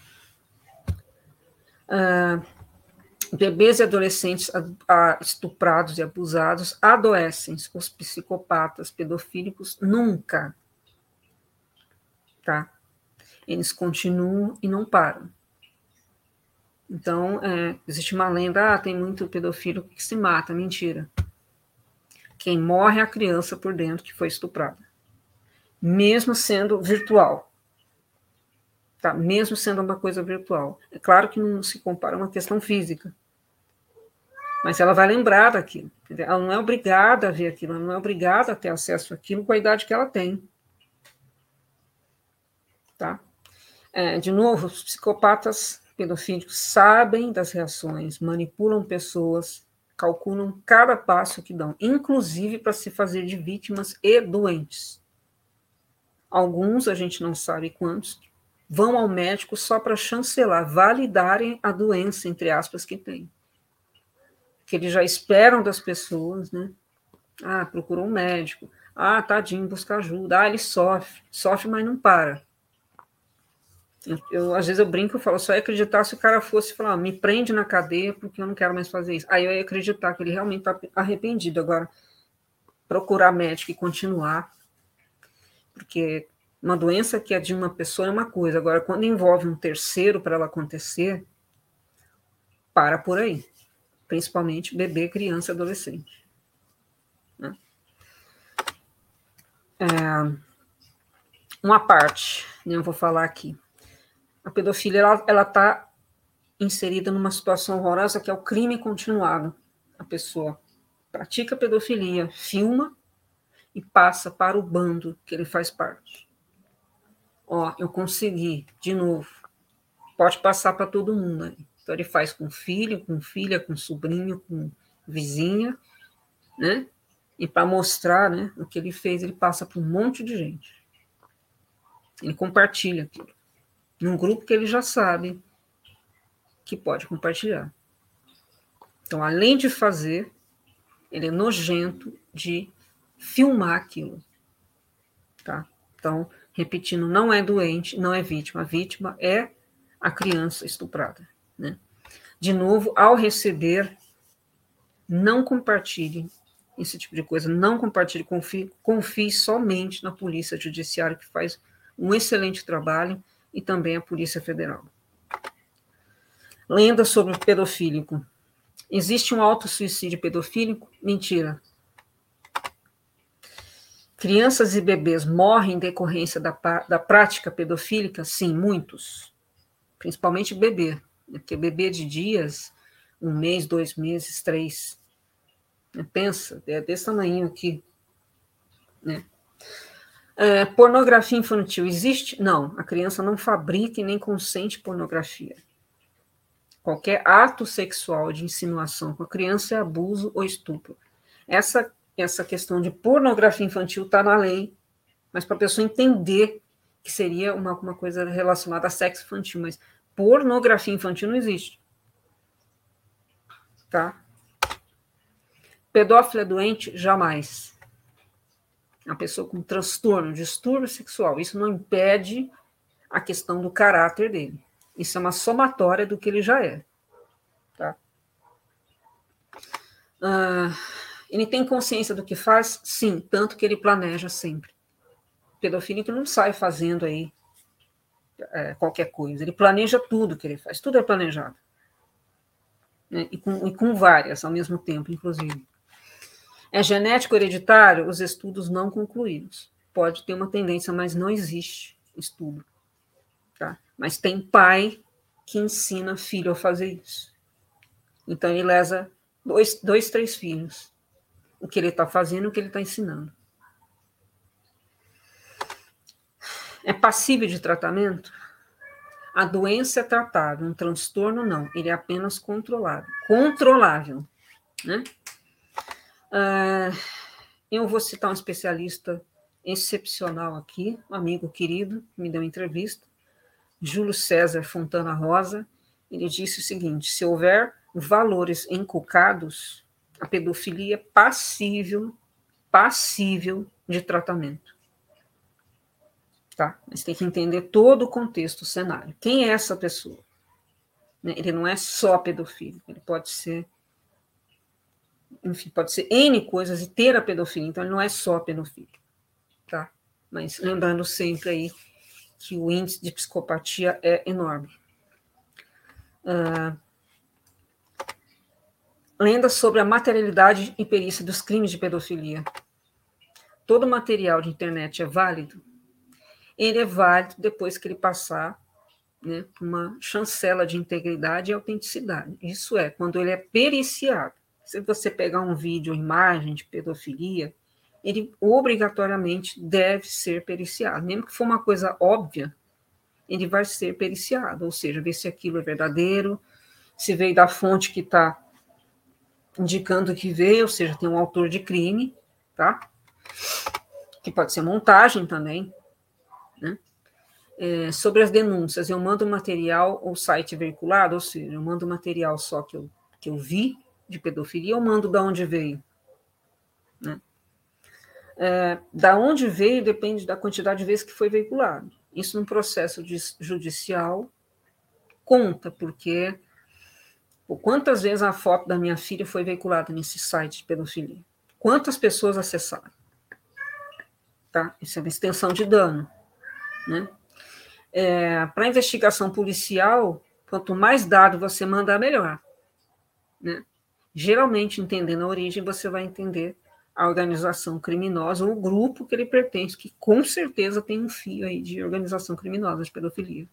Bebês e adolescentes estuprados e abusados adoecem. Os psicopatas pedofílicos nunca. Tá? Eles continuam e não param. Então, existe uma lenda, tem muito pedofílico que se mata. Mentira. Quem morre é a criança por dentro que foi estuprada. Mesmo sendo virtual. Tá? Mesmo sendo uma coisa virtual. É claro que não se compara a uma questão física. Mas ela vai lembrar daquilo. Ela não é obrigada a ver aquilo, ela não é obrigada a ter acesso àquilo com a idade que ela tem. Tá? De novo, os psicopatas pedofílicos sabem das reações, manipulam pessoas, calculam cada passo que dão, inclusive para se fazer de vítimas e doentes. Alguns, a gente não sabe quantos, vão ao médico só para chancelar, validarem a doença, entre aspas, que tem. Que eles já esperam das pessoas, né? Procurou um médico. Tadinho, busca ajuda. Ele sofre, mas não para. Às vezes eu brinco, eu falo, só ia acreditar se o cara fosse falar, me prende na cadeia porque eu não quero mais fazer isso. Aí eu ia acreditar que ele realmente está arrependido. Agora, procurar médico e continuar, porque uma doença que é de uma pessoa é uma coisa, agora quando envolve um terceiro para ela acontecer, para por aí. Principalmente bebê, criança, adolescente. Né? Uma parte, eu vou falar aqui. A pedofilia, ela está inserida numa situação horrorosa que é o crime continuado. A pessoa pratica pedofilia, filma e passa para o bando que ele faz parte. Eu consegui, de novo. Pode passar para todo mundo aí. Então ele faz com filho, com filha, com sobrinho, com vizinha, né? E para mostrar, né, o que ele fez, ele passa para um monte de gente. Ele compartilha aquilo. Num grupo que ele já sabe que pode compartilhar. Então, além de fazer, ele é nojento de filmar aquilo. Tá? Então, repetindo, não é doente, não é vítima. A vítima é a criança estuprada. Né? De novo, ao receber, não compartilhe esse tipo de coisa. Não compartilhe, confie somente na Polícia Judiciária, que faz um excelente trabalho, e também a Polícia Federal. Lenda sobre o pedofílico. Existe um autossuicídio pedofílico? Mentira. Crianças e bebês morrem em decorrência da prática pedofílica? Sim, muitos. Principalmente bebê. Porque bebê de dias, 1 mês, 2 meses, 3. Pensa, é desse tamanho aqui. Né? Pornografia infantil existe? Não, a criança não fabrica e nem consente pornografia. Qualquer ato sexual de insinuação com a criança é abuso ou estupro. Essa questão de pornografia infantil está na lei, mas para a pessoa entender que seria uma coisa relacionada a sexo infantil, mas pornografia infantil não existe. Tá? Pedófilo é doente? Jamais. Uma pessoa com transtorno, distúrbio sexual, isso não impede a questão do caráter dele. Isso é uma somatória do que ele já é. Tá? Ele tem consciência do que faz? Sim, tanto que ele planeja sempre. O pedofílico não sai fazendo aí qualquer coisa. Ele planeja tudo que ele faz. Tudo é planejado. Né? E com várias ao mesmo tempo, inclusive. É genético hereditário? Os estudos não concluídos. Pode ter uma tendência, mas não existe estudo. Tá? Mas tem pai que ensina filho a fazer isso. Então, ele lesa 2, 3 filhos. O que ele está fazendo e o que ele está ensinando. É passível de tratamento? A doença é tratável, um transtorno não. Ele é apenas controlado. Controlável. Né? Eu vou citar um especialista excepcional aqui, um amigo querido, que me deu uma entrevista, Júlio César Fontana Rosa. Ele disse o seguinte: se houver valores inculcados, a pedofilia é passível de tratamento. Tá? Mas tem que entender todo o contexto, o cenário. Quem é essa pessoa? Ele não é só pedofílico, ele pode ser, enfim, pode ser N coisas e ter a pedofilia, então ele não é só pedofílico. Tá? Mas lembrando sempre aí que o índice de psicopatia é enorme. Lendas sobre a materialidade e perícia dos crimes de pedofilia. Todo material de internet é válido? Ele é válido depois que ele passar, né, por uma chancela de integridade e autenticidade. Isso é, quando ele é periciado. Se você pegar um vídeo ou imagem de pedofilia, ele obrigatoriamente deve ser periciado. Mesmo que for uma coisa óbvia, ele vai ser periciado, ou seja, ver se aquilo é verdadeiro, se veio da fonte que está indicando que veio, ou seja, tem um autor de crime, tá? Que pode ser montagem também, né? Sobre as denúncias, eu mando material ou site veiculado, ou seja, eu mando material só que eu vi de pedofilia, ou mando de onde veio, né? Da onde veio depende da quantidade de vezes que foi veiculado. Isso num processo judicial conta, porque quantas vezes a foto da minha filha foi veiculada nesse site de pedofilia? Quantas pessoas acessaram? Tá? Isso é uma extensão de dano, né? Para investigação policial, quanto mais dado você mandar, melhor, né? Geralmente, entendendo a origem, você vai entender a organização criminosa ou o grupo que ele pertence, que com certeza tem um fio aí de organização criminosa de pedofilia.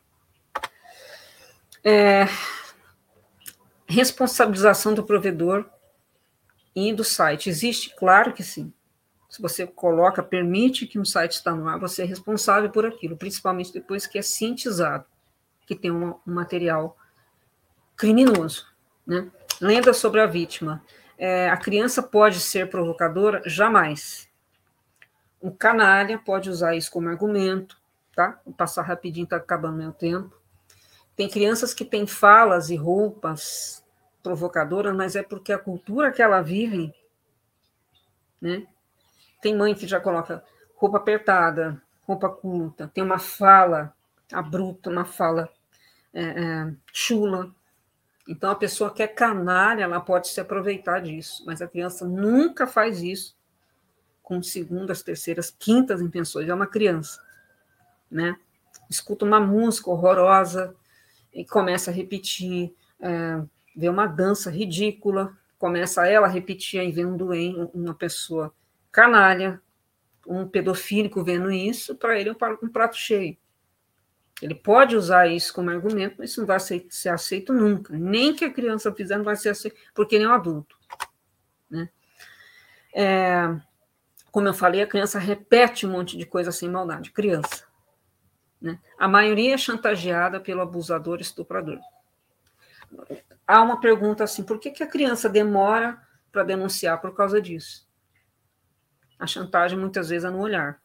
Responsabilização do provedor e do site. Existe? Claro que sim. Se você coloca, permite que um site está no ar, você é responsável por aquilo, principalmente depois que é cientizado, que tem um material criminoso, né? Lenda sobre a vítima. A criança pode ser provocadora? Jamais. Um canalha pode usar isso como argumento, tá? Vou passar rapidinho, está acabando meu tempo. Tem crianças que têm falas e roupas provocadoras, mas é porque a cultura que ela vive, né? Tem mãe que já coloca roupa apertada, roupa curta, tem uma fala abrupta, uma fala chula. Então, a pessoa que é canalha, ela pode se aproveitar disso, mas a criança nunca faz isso com segundas, terceiras, quintas intenções. É uma criança, né? Escuta uma música horrorosa e começa a repetir, vê uma dança ridícula, começa ela a repetir, aí vem um doente, uma pessoa canalha, um pedofílico vendo isso, para ele é um prato cheio. Ele pode usar isso como argumento, mas isso não vai ser aceito nunca. Nem que a criança fizer, não vai ser aceito, porque ele é um adulto, né? Como eu falei, a criança repete um monte de coisa sem maldade. Criança, né? A maioria é chantageada pelo abusador estuprador. Há uma pergunta assim, por que a criança demora para denunciar por causa disso? A chantagem, muitas vezes, é no olhar.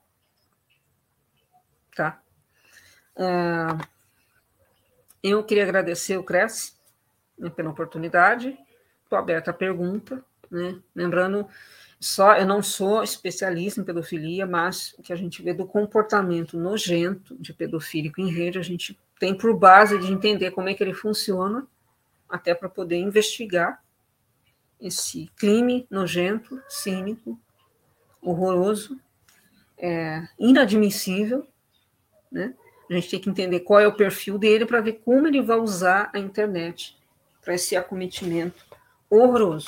Tá? Eu queria agradecer o Cresce, né, pela oportunidade. Estou aberta à pergunta, né? Lembrando, eu não sou especialista em pedofilia, mas o que a gente vê do comportamento nojento de pedofílico em rede, a gente tem por base de entender como é que ele funciona, até para poder investigar esse crime nojento, cínico, horroroso, inadmissível, né? A gente tem que entender qual é o perfil dele para ver como ele vai usar a internet para esse acometimento horroroso.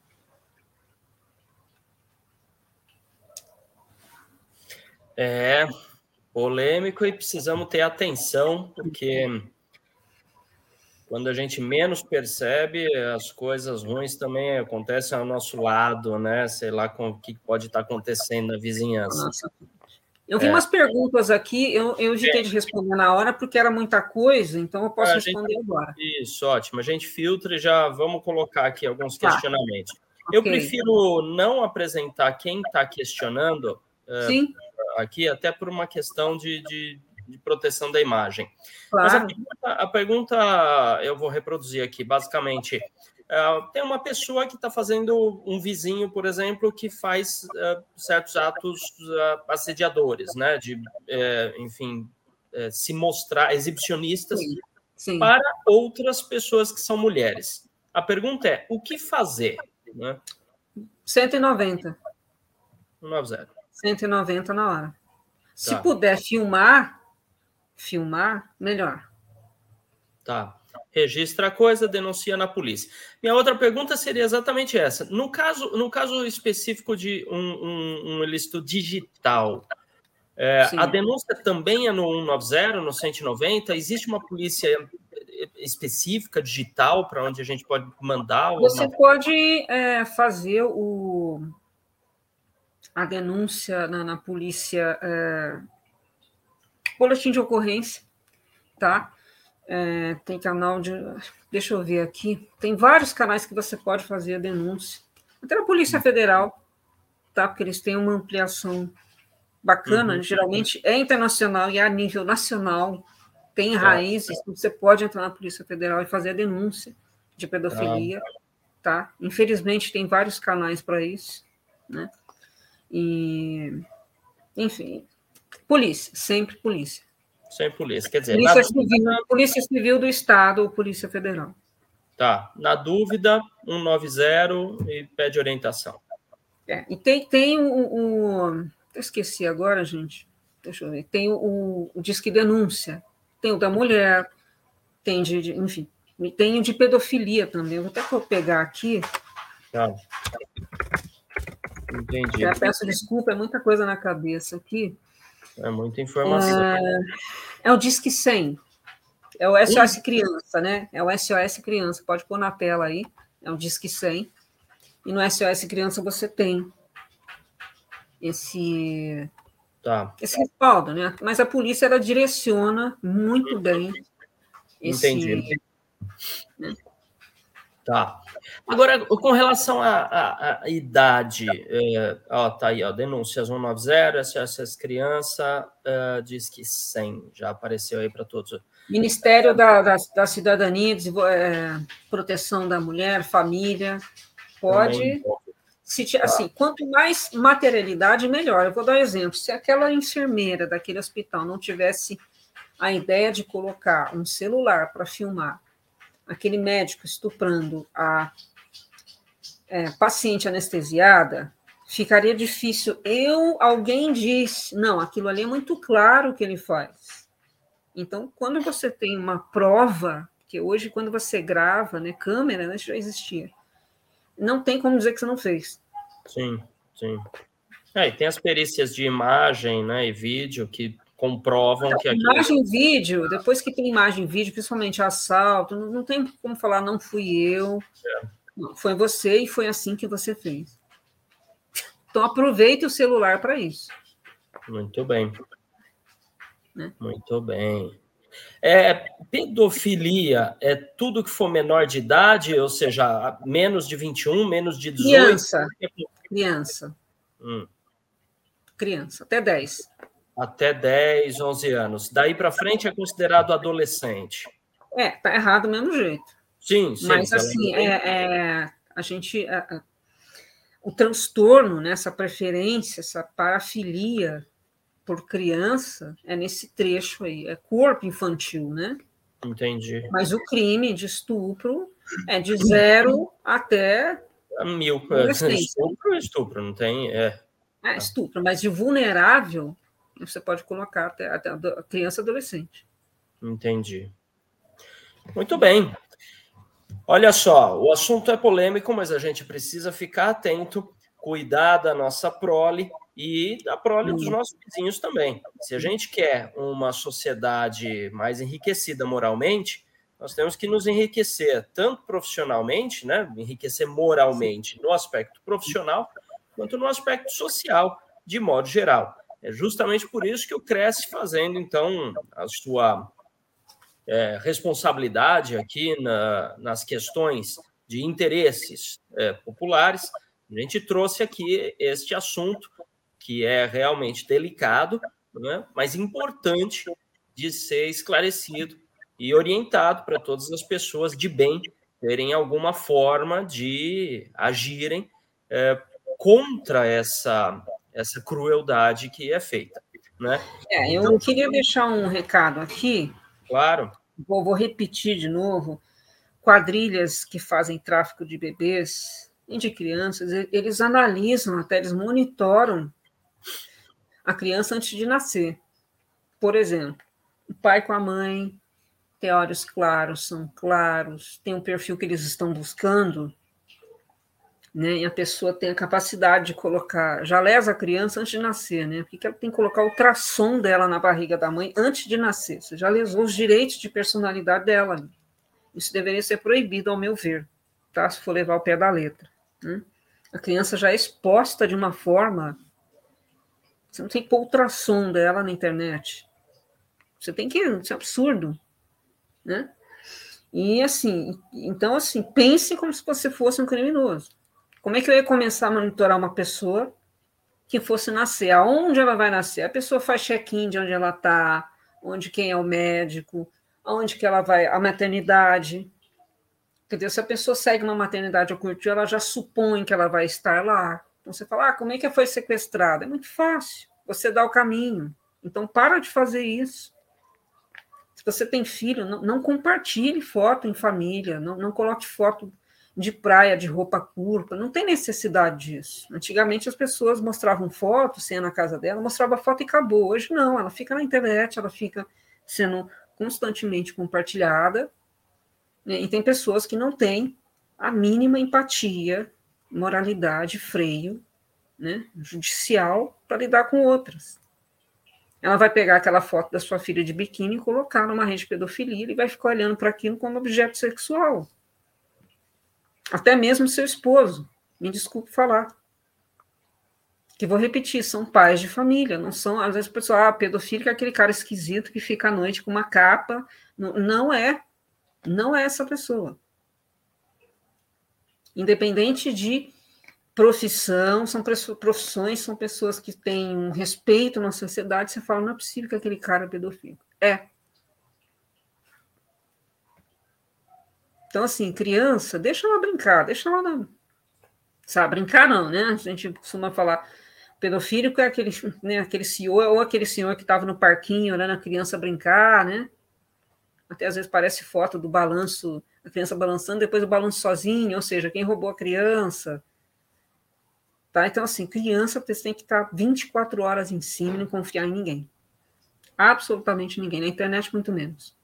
É polêmico e precisamos ter atenção, porque quando a gente menos percebe, as coisas ruins também acontecem ao nosso lado, né? Sei lá com o que pode estar acontecendo na vizinhança. Nossa. Eu vi umas perguntas aqui, eu evitei de responder na hora porque era muita coisa, então eu posso responder agora. Isso, ótimo. A gente filtra e já vamos colocar aqui alguns questionamentos. Eu prefiro não apresentar quem está questionando aqui, até por uma questão de proteção da imagem. Claro. Mas a pergunta eu vou reproduzir aqui, basicamente. Tem uma pessoa que está fazendo um vizinho, por exemplo, que faz certos atos assediadores, né? Enfim, se mostrar exibicionistas para outras pessoas que são mulheres. A pergunta é, o que fazer? Né? 190. 190. 190 na hora. Se puder filmar, melhor. Tá. registra a coisa, denuncia na polícia. Minha outra pergunta seria exatamente essa. No caso específico de um ilícito digital, a denúncia também é no 190, no 190? Existe uma polícia específica, digital, para onde a gente pode mandar? Você pode fazer a denúncia na polícia, boletim de ocorrência, tá? Tem canal de... Deixa eu ver aqui. Tem vários canais que você pode fazer a denúncia. Até na Polícia Federal, tá? Porque eles têm uma ampliação bacana. Geralmente é internacional e é a nível nacional. Tem raízes. Você pode entrar na Polícia Federal e fazer a denúncia de pedofilia, tá? Infelizmente, tem vários canais para isso, né? E, enfim, polícia, sempre polícia. Sem polícia, quer dizer... Polícia Civil do Estado ou Polícia Federal. Tá, na dúvida, 190 e pede orientação. E tem eu esqueci agora, gente, deixa eu ver, tem o Disque Denúncia, tem o da mulher, tem enfim, tem o de pedofilia também, eu vou até pegar aqui. Tá. Entendi. Já peço desculpa, é muita coisa na cabeça aqui. É muita informação. É o Disque 100. É o SOS Criança, né? É o SOS Criança. Pode pôr na tela aí. É o Disque 100. E no SOS Criança você tem esse respaldo, né? Mas a polícia, ela direciona muito bem Entendi. Né? Tá. Agora, com relação à idade, tá aí, denúncias 190, SOS Criança, diz que 100, já apareceu aí para todos. Ministério da Cidadania, Proteção da Mulher, Família, pode... Assim, quanto mais materialidade, melhor. Eu vou dar um exemplo. Se aquela enfermeira daquele hospital não tivesse a ideia de colocar um celular para filmar aquele médico estuprando a paciente anestesiada, ficaria difícil. Alguém diz, não, aquilo ali é muito claro o que ele faz. Então, quando você tem uma prova, que hoje, quando você grava, né, câmera, né, já existia, não tem como dizer que você não fez. Sim. E tem as perícias de imagem, né, e vídeo que comprovam que aquilo... Imagem e vídeo, depois que tem imagem e vídeo, principalmente assalto, não tem como falar, não fui eu, não, foi você e foi assim que você fez. Então, aproveite o celular para isso. Muito bem. Né? Muito bem. Pedofilia é tudo que for menor de idade, ou seja, menos de 21, menos de 18? Criança, até 10. Até 10, 11 anos. Daí para frente é considerado adolescente. Tá errado do mesmo jeito. Sim. Mas, assim, a gente... o transtorno, né, essa preferência, essa parafilia por criança, é nesse trecho aí, é corpo infantil, né? Entendi. Mas o crime de estupro é de 0 até 1000. Estupro, não tem... estupro, mas de vulnerável, você pode colocar até a criança e adolescente. Entendi. Muito bem. Olha só, o assunto é polêmico, mas a gente precisa ficar atento, cuidar da nossa prole e da prole dos nossos vizinhos também. Se a gente quer uma sociedade mais enriquecida moralmente, nós temos que nos enriquecer tanto profissionalmente, né, enriquecer moralmente no aspecto profissional, quanto no aspecto social, de modo geral. É justamente por isso que o Cresce fazendo, então, a sua responsabilidade aqui nas questões de interesses populares, a gente trouxe aqui este assunto que é realmente delicado, né, mas importante de ser esclarecido e orientado para todas as pessoas de bem terem alguma forma de agirem contra essa crueldade que é feita. Né? Eu queria deixar um recado aqui. Claro. Vou repetir de novo. Quadrilhas que fazem tráfico de bebês e de crianças, eles analisam, até eles monitoram a criança antes de nascer. Por exemplo, o pai com a mãe, teóricos claros, são claros, tem um perfil que eles estão buscando, né? E a pessoa tem a capacidade de colocar, já lesa a criança antes de nascer, né? Porque ela tem que colocar o ultrassom dela na barriga da mãe antes de nascer. Você já lesou os direitos de personalidade dela. Isso deveria ser proibido, ao meu ver, tá? Se for levar ao pé da letra, né? A criança já é exposta de uma forma. Você não tem que pôr ultrassom dela na internet. Você tem que. Isso é absurdo, né? E assim, então, assim, pense como se você fosse um criminoso. Como é que eu ia começar a monitorar uma pessoa que fosse nascer? Aonde ela vai nascer? A pessoa faz check-in de onde ela está, onde quem é o médico, aonde que ela vai, a maternidade. Entendeu? Se a pessoa segue uma maternidade ou curtiu, ela já supõe que ela vai estar lá. Então você fala, como é que foi sequestrada? É muito fácil, você dá o caminho. Então para de fazer isso. Se você tem filho, não compartilhe foto em família, não coloque foto de praia, de roupa curta, não tem necessidade disso. Antigamente as pessoas mostravam foto, você ia na casa dela, mostrava foto e acabou. Hoje não, ela fica na internet, ela fica sendo constantemente compartilhada, né? E tem pessoas que não têm a mínima empatia, moralidade, freio, né, judicial para lidar com outras. Ela vai pegar aquela foto da sua filha de biquíni e colocar numa rede de pedofilia e vai ficar olhando para aquilo como objeto sexual. Até mesmo seu esposo, me desculpe falar. Que vou repetir, são pais de família, não são, às vezes o pessoal, pedofílico é aquele cara esquisito que fica à noite com uma capa. Não é essa pessoa. Independente de profissão, são profissões, são pessoas que têm um respeito na sociedade, você fala, não é possível que aquele cara é pedofílico. É. Então, assim, criança, deixa ela brincar, deixa ela não. Sabe, brincar não, né? A gente costuma falar, pedofílico é aquele, né, aquele senhor, ou aquele senhor que estava no parquinho olhando a criança brincar, né? Até às vezes parece foto do balanço, a criança balançando, depois o balanço sozinho, ou seja, quem roubou a criança. Tá? Então, assim, criança, você tem que estar 24 horas em cima e não confiar em ninguém. Absolutamente ninguém. Na internet, muito menos.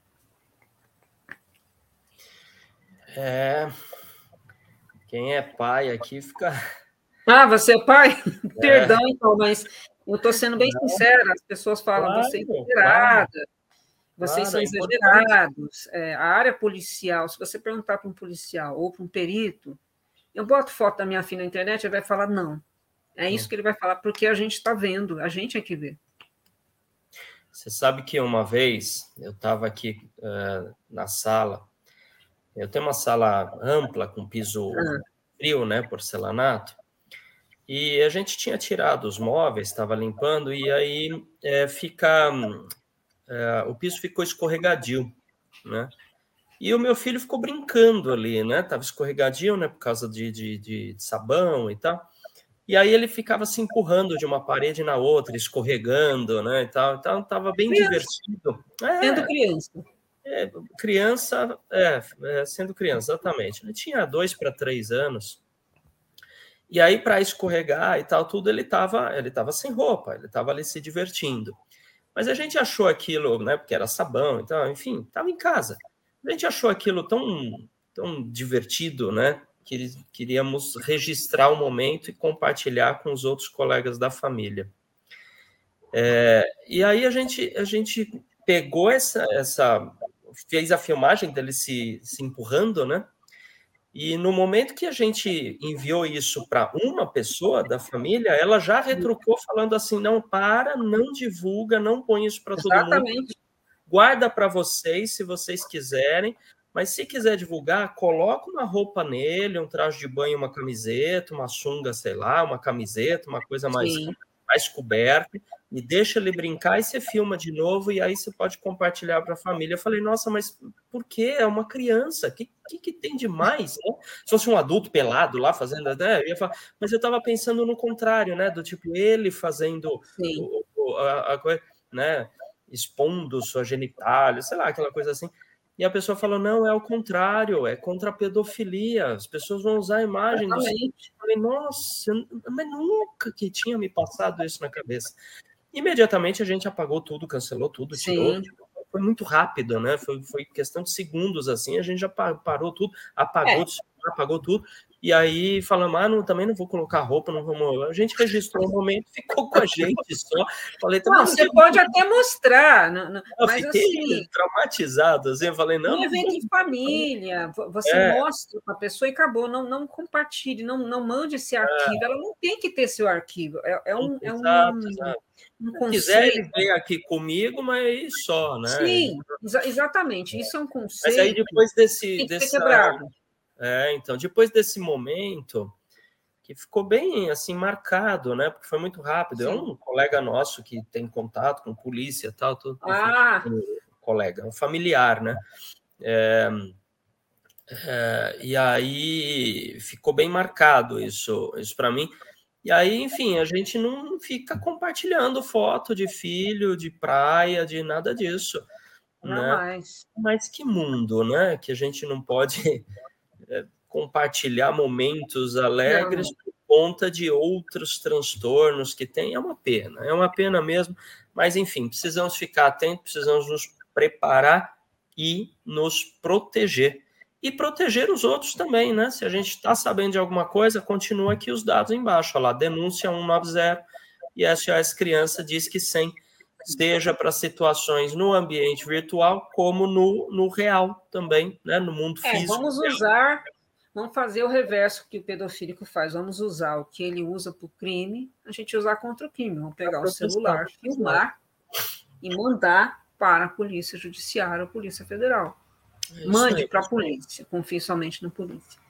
Quem é pai aqui fica... Você é pai? Perdão, então, mas eu estou sendo bem sincera. As pessoas falam, você é exagerada, vocês são exagerados. A área policial, se você perguntar para um policial ou para um perito, eu boto foto da minha filha na internet, ele vai falar não. É isso que ele vai falar, porque a gente está vendo, a gente é que vê. Você sabe que uma vez eu estava aqui na sala, eu tenho uma sala ampla com piso frio, né, porcelanato, e a gente tinha tirado os móveis, estava limpando, e aí o piso ficou escorregadio, né? E o meu filho ficou brincando ali, né? Tava escorregadio, né? Por causa de sabão e tal. E aí ele ficava se empurrando de uma parede na outra, escorregando, né? E tal. Então tava bem divertido. Sendo criança. Sendo criança, exatamente. Ele tinha 2 para 3 anos. E aí, para escorregar e tal, tudo, ele tava sem roupa, ele estava ali se divertindo. Mas a gente achou aquilo, né? Porque era sabão, então, enfim, estava em casa. A gente achou aquilo tão divertido, né? Que queríamos registrar o momento e compartilhar com os outros colegas da família. E aí a gente pegou fez a filmagem dele se empurrando, né? E no momento que a gente enviou isso para uma pessoa da família, ela já retrucou falando assim, não divulga, não põe isso para todo mundo. Guarda para vocês, se vocês quiserem, mas se quiser divulgar, coloca uma roupa nele, um traje de banho, uma camiseta, uma sunga, sei lá, uma camiseta, uma coisa mais coberta, e deixa ele brincar e você filma de novo, e aí você pode compartilhar para a família. Eu falei, nossa, mas por quê? É uma criança, o que tem de mais? Né? Se fosse um adulto pelado lá fazendo, né? Eu ia falar, mas eu estava pensando no contrário, né? Do tipo, ele fazendo a coisa, né? Expondo sua genitália, sei lá, aquela coisa assim. E a pessoa falou, não, é o contrário, é contra a pedofilia, as pessoas vão usar a imagem do... Eu falei, nossa, mas nunca que tinha me passado isso na cabeça. Imediatamente a gente apagou tudo, cancelou tudo, tirou. foi muito rápido, né? Foi questão de segundos, assim, a gente já parou tudo, apagou tudo, e aí falamos, também não vou colocar roupa, não vamos... A gente registrou o momento, ficou com a gente só. Falei, não, você pode até mostrar, mas fiquei assim... traumatizado, assim, eu falei, não... Um evento em família, você mostra para a pessoa e acabou, não compartilhe, não mande esse arquivo, ela não tem que ter seu arquivo, Exato. Um conceito. Se quiser, ele vem aqui comigo, mas só, né? Sim, exatamente, isso é um conceito. Mas aí depois tem que ser quebrado. Então, depois desse momento, que ficou bem assim marcado, né? Porque foi muito rápido. Sim. É um colega nosso que tem contato com polícia e tal, tudo. Um colega, um familiar, né? E aí ficou bem marcado isso para mim. E aí, enfim, a gente não fica compartilhando foto de filho, de praia, de nada disso. Não né? mais. Mas que mundo, né? Que a gente não pode compartilhar momentos alegres por conta de outros transtornos que tem. É uma pena mesmo. Mas, enfim, precisamos ficar atentos, precisamos nos preparar e nos proteger. E proteger os outros também, né? Se a gente está sabendo de alguma coisa, continua aqui os dados embaixo. Olha lá, denúncia 190 e SOS Criança diz que 100, seja para situações no ambiente virtual, como no real também, né? No mundo físico. Vamos fazer o reverso que o pedofílico faz. Vamos usar o que ele usa para o crime, a gente usar contra o crime. Vamos pegar o celular, filmar e mandar para a Polícia Judiciária ou Polícia Federal. Mande para a polícia, confie somente na polícia.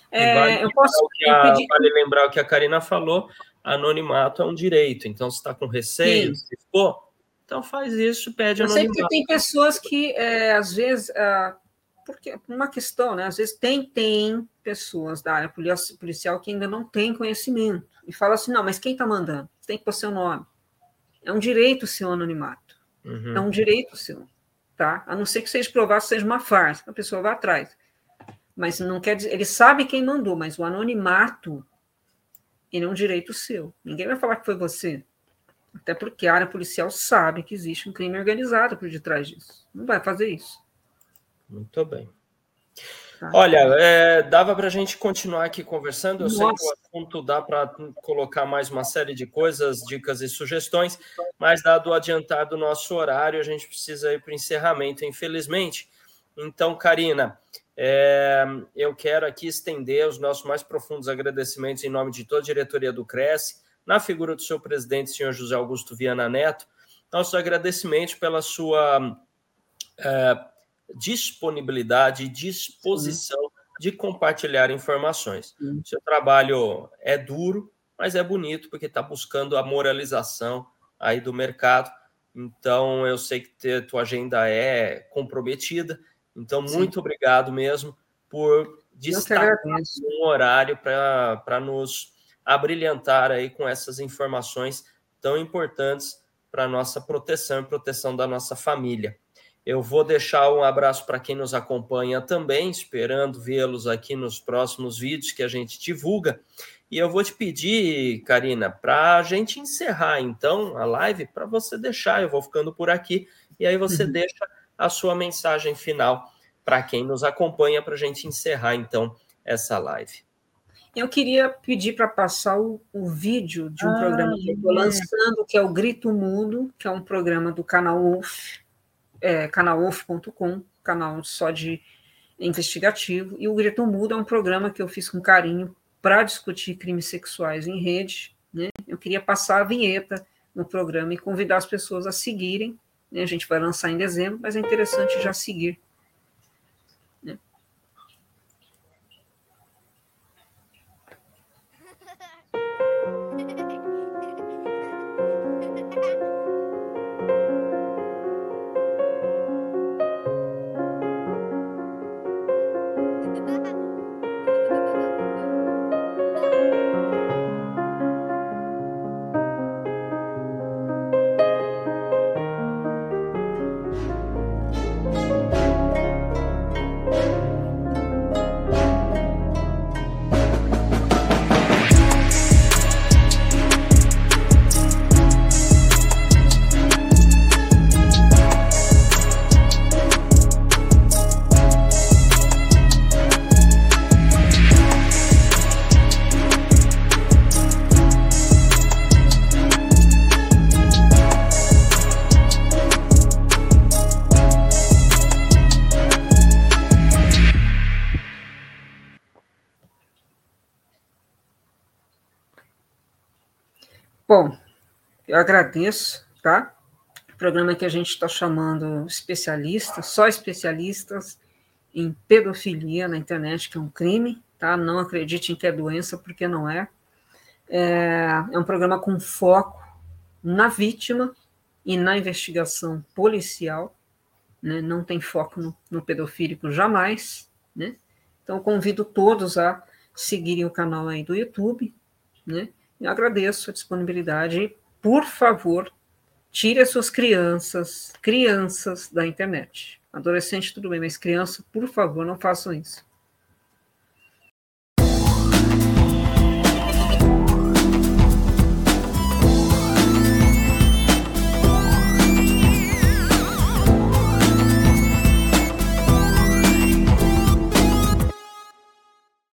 Vale lembrar o que a Karina falou, anonimato é um direito, então se está com receio, então faz isso, pede anonimato. Sempre tem pessoas que, às vezes, porque uma questão, né? Às vezes tem pessoas da área policial que ainda não têm conhecimento, e fala assim, não, mas quem está mandando? Você tem que pôr seu nome. É um direito seu anonimato, é um direito seu. Tá? A não ser que seja provado seja uma farsa, a pessoa vai atrás. Mas não quer dizer, ele sabe quem mandou, mas o anonimato ele é um direito seu. Ninguém vai falar que foi você. Até porque a área policial sabe que existe um crime organizado por detrás disso. Não vai fazer isso. Muito bem. Tá. Olha, dava para a gente continuar aqui conversando. Eu sei que o assunto dá para colocar mais uma série de coisas, dicas e sugestões, mas dado o adiantado nosso horário, a gente precisa ir para o encerramento, infelizmente. Então, Karina, eu quero aqui estender os nossos mais profundos agradecimentos em nome de toda a diretoria do Cresce, na figura do seu presidente, senhor José Augusto Viana Neto, nossos agradecimentos pela sua disponibilidade e disposição de compartilhar informações. Seu trabalho é duro, mas é bonito, porque está buscando a moralização aí do mercado. Então, eu sei que tua agenda é comprometida. Então, muito obrigado mesmo por destacar um horário para nos abrilhantar aí com essas informações tão importantes para a nossa proteção e proteção da nossa família. Eu vou deixar um abraço para quem nos acompanha também, esperando vê-los aqui nos próximos vídeos que a gente divulga. E eu vou te pedir, Karina, para a gente encerrar, então, a live, para você deixar, eu vou ficando por aqui, e aí você deixa a sua mensagem final para quem nos acompanha, para a gente encerrar, então, essa live. Eu queria pedir para passar o vídeo de um programa que eu estou lançando, que é o Grito Mudo, que é um programa do canal UF, canaluf.com, canal só de investigativo, e o Grito Mudo é um programa que eu fiz com carinho para discutir crimes sexuais em rede, né? Eu queria passar a vinheta no programa e convidar as pessoas a seguirem, né? A gente vai lançar em dezembro, mas é interessante já seguir. Né? Bom, eu agradeço, tá? O programa que a gente está chamando especialistas, só especialistas em pedofilia na internet, que é um crime, tá? Não acreditem que é doença, porque não é. É um programa com foco na vítima e na investigação policial, né? Não tem foco no pedofílico jamais, né? Então, convido todos a seguirem o canal aí do YouTube, né? Eu agradeço a disponibilidade e, por favor, tire as suas crianças da internet. Adolescente, tudo bem, mas criança, por favor, não façam isso.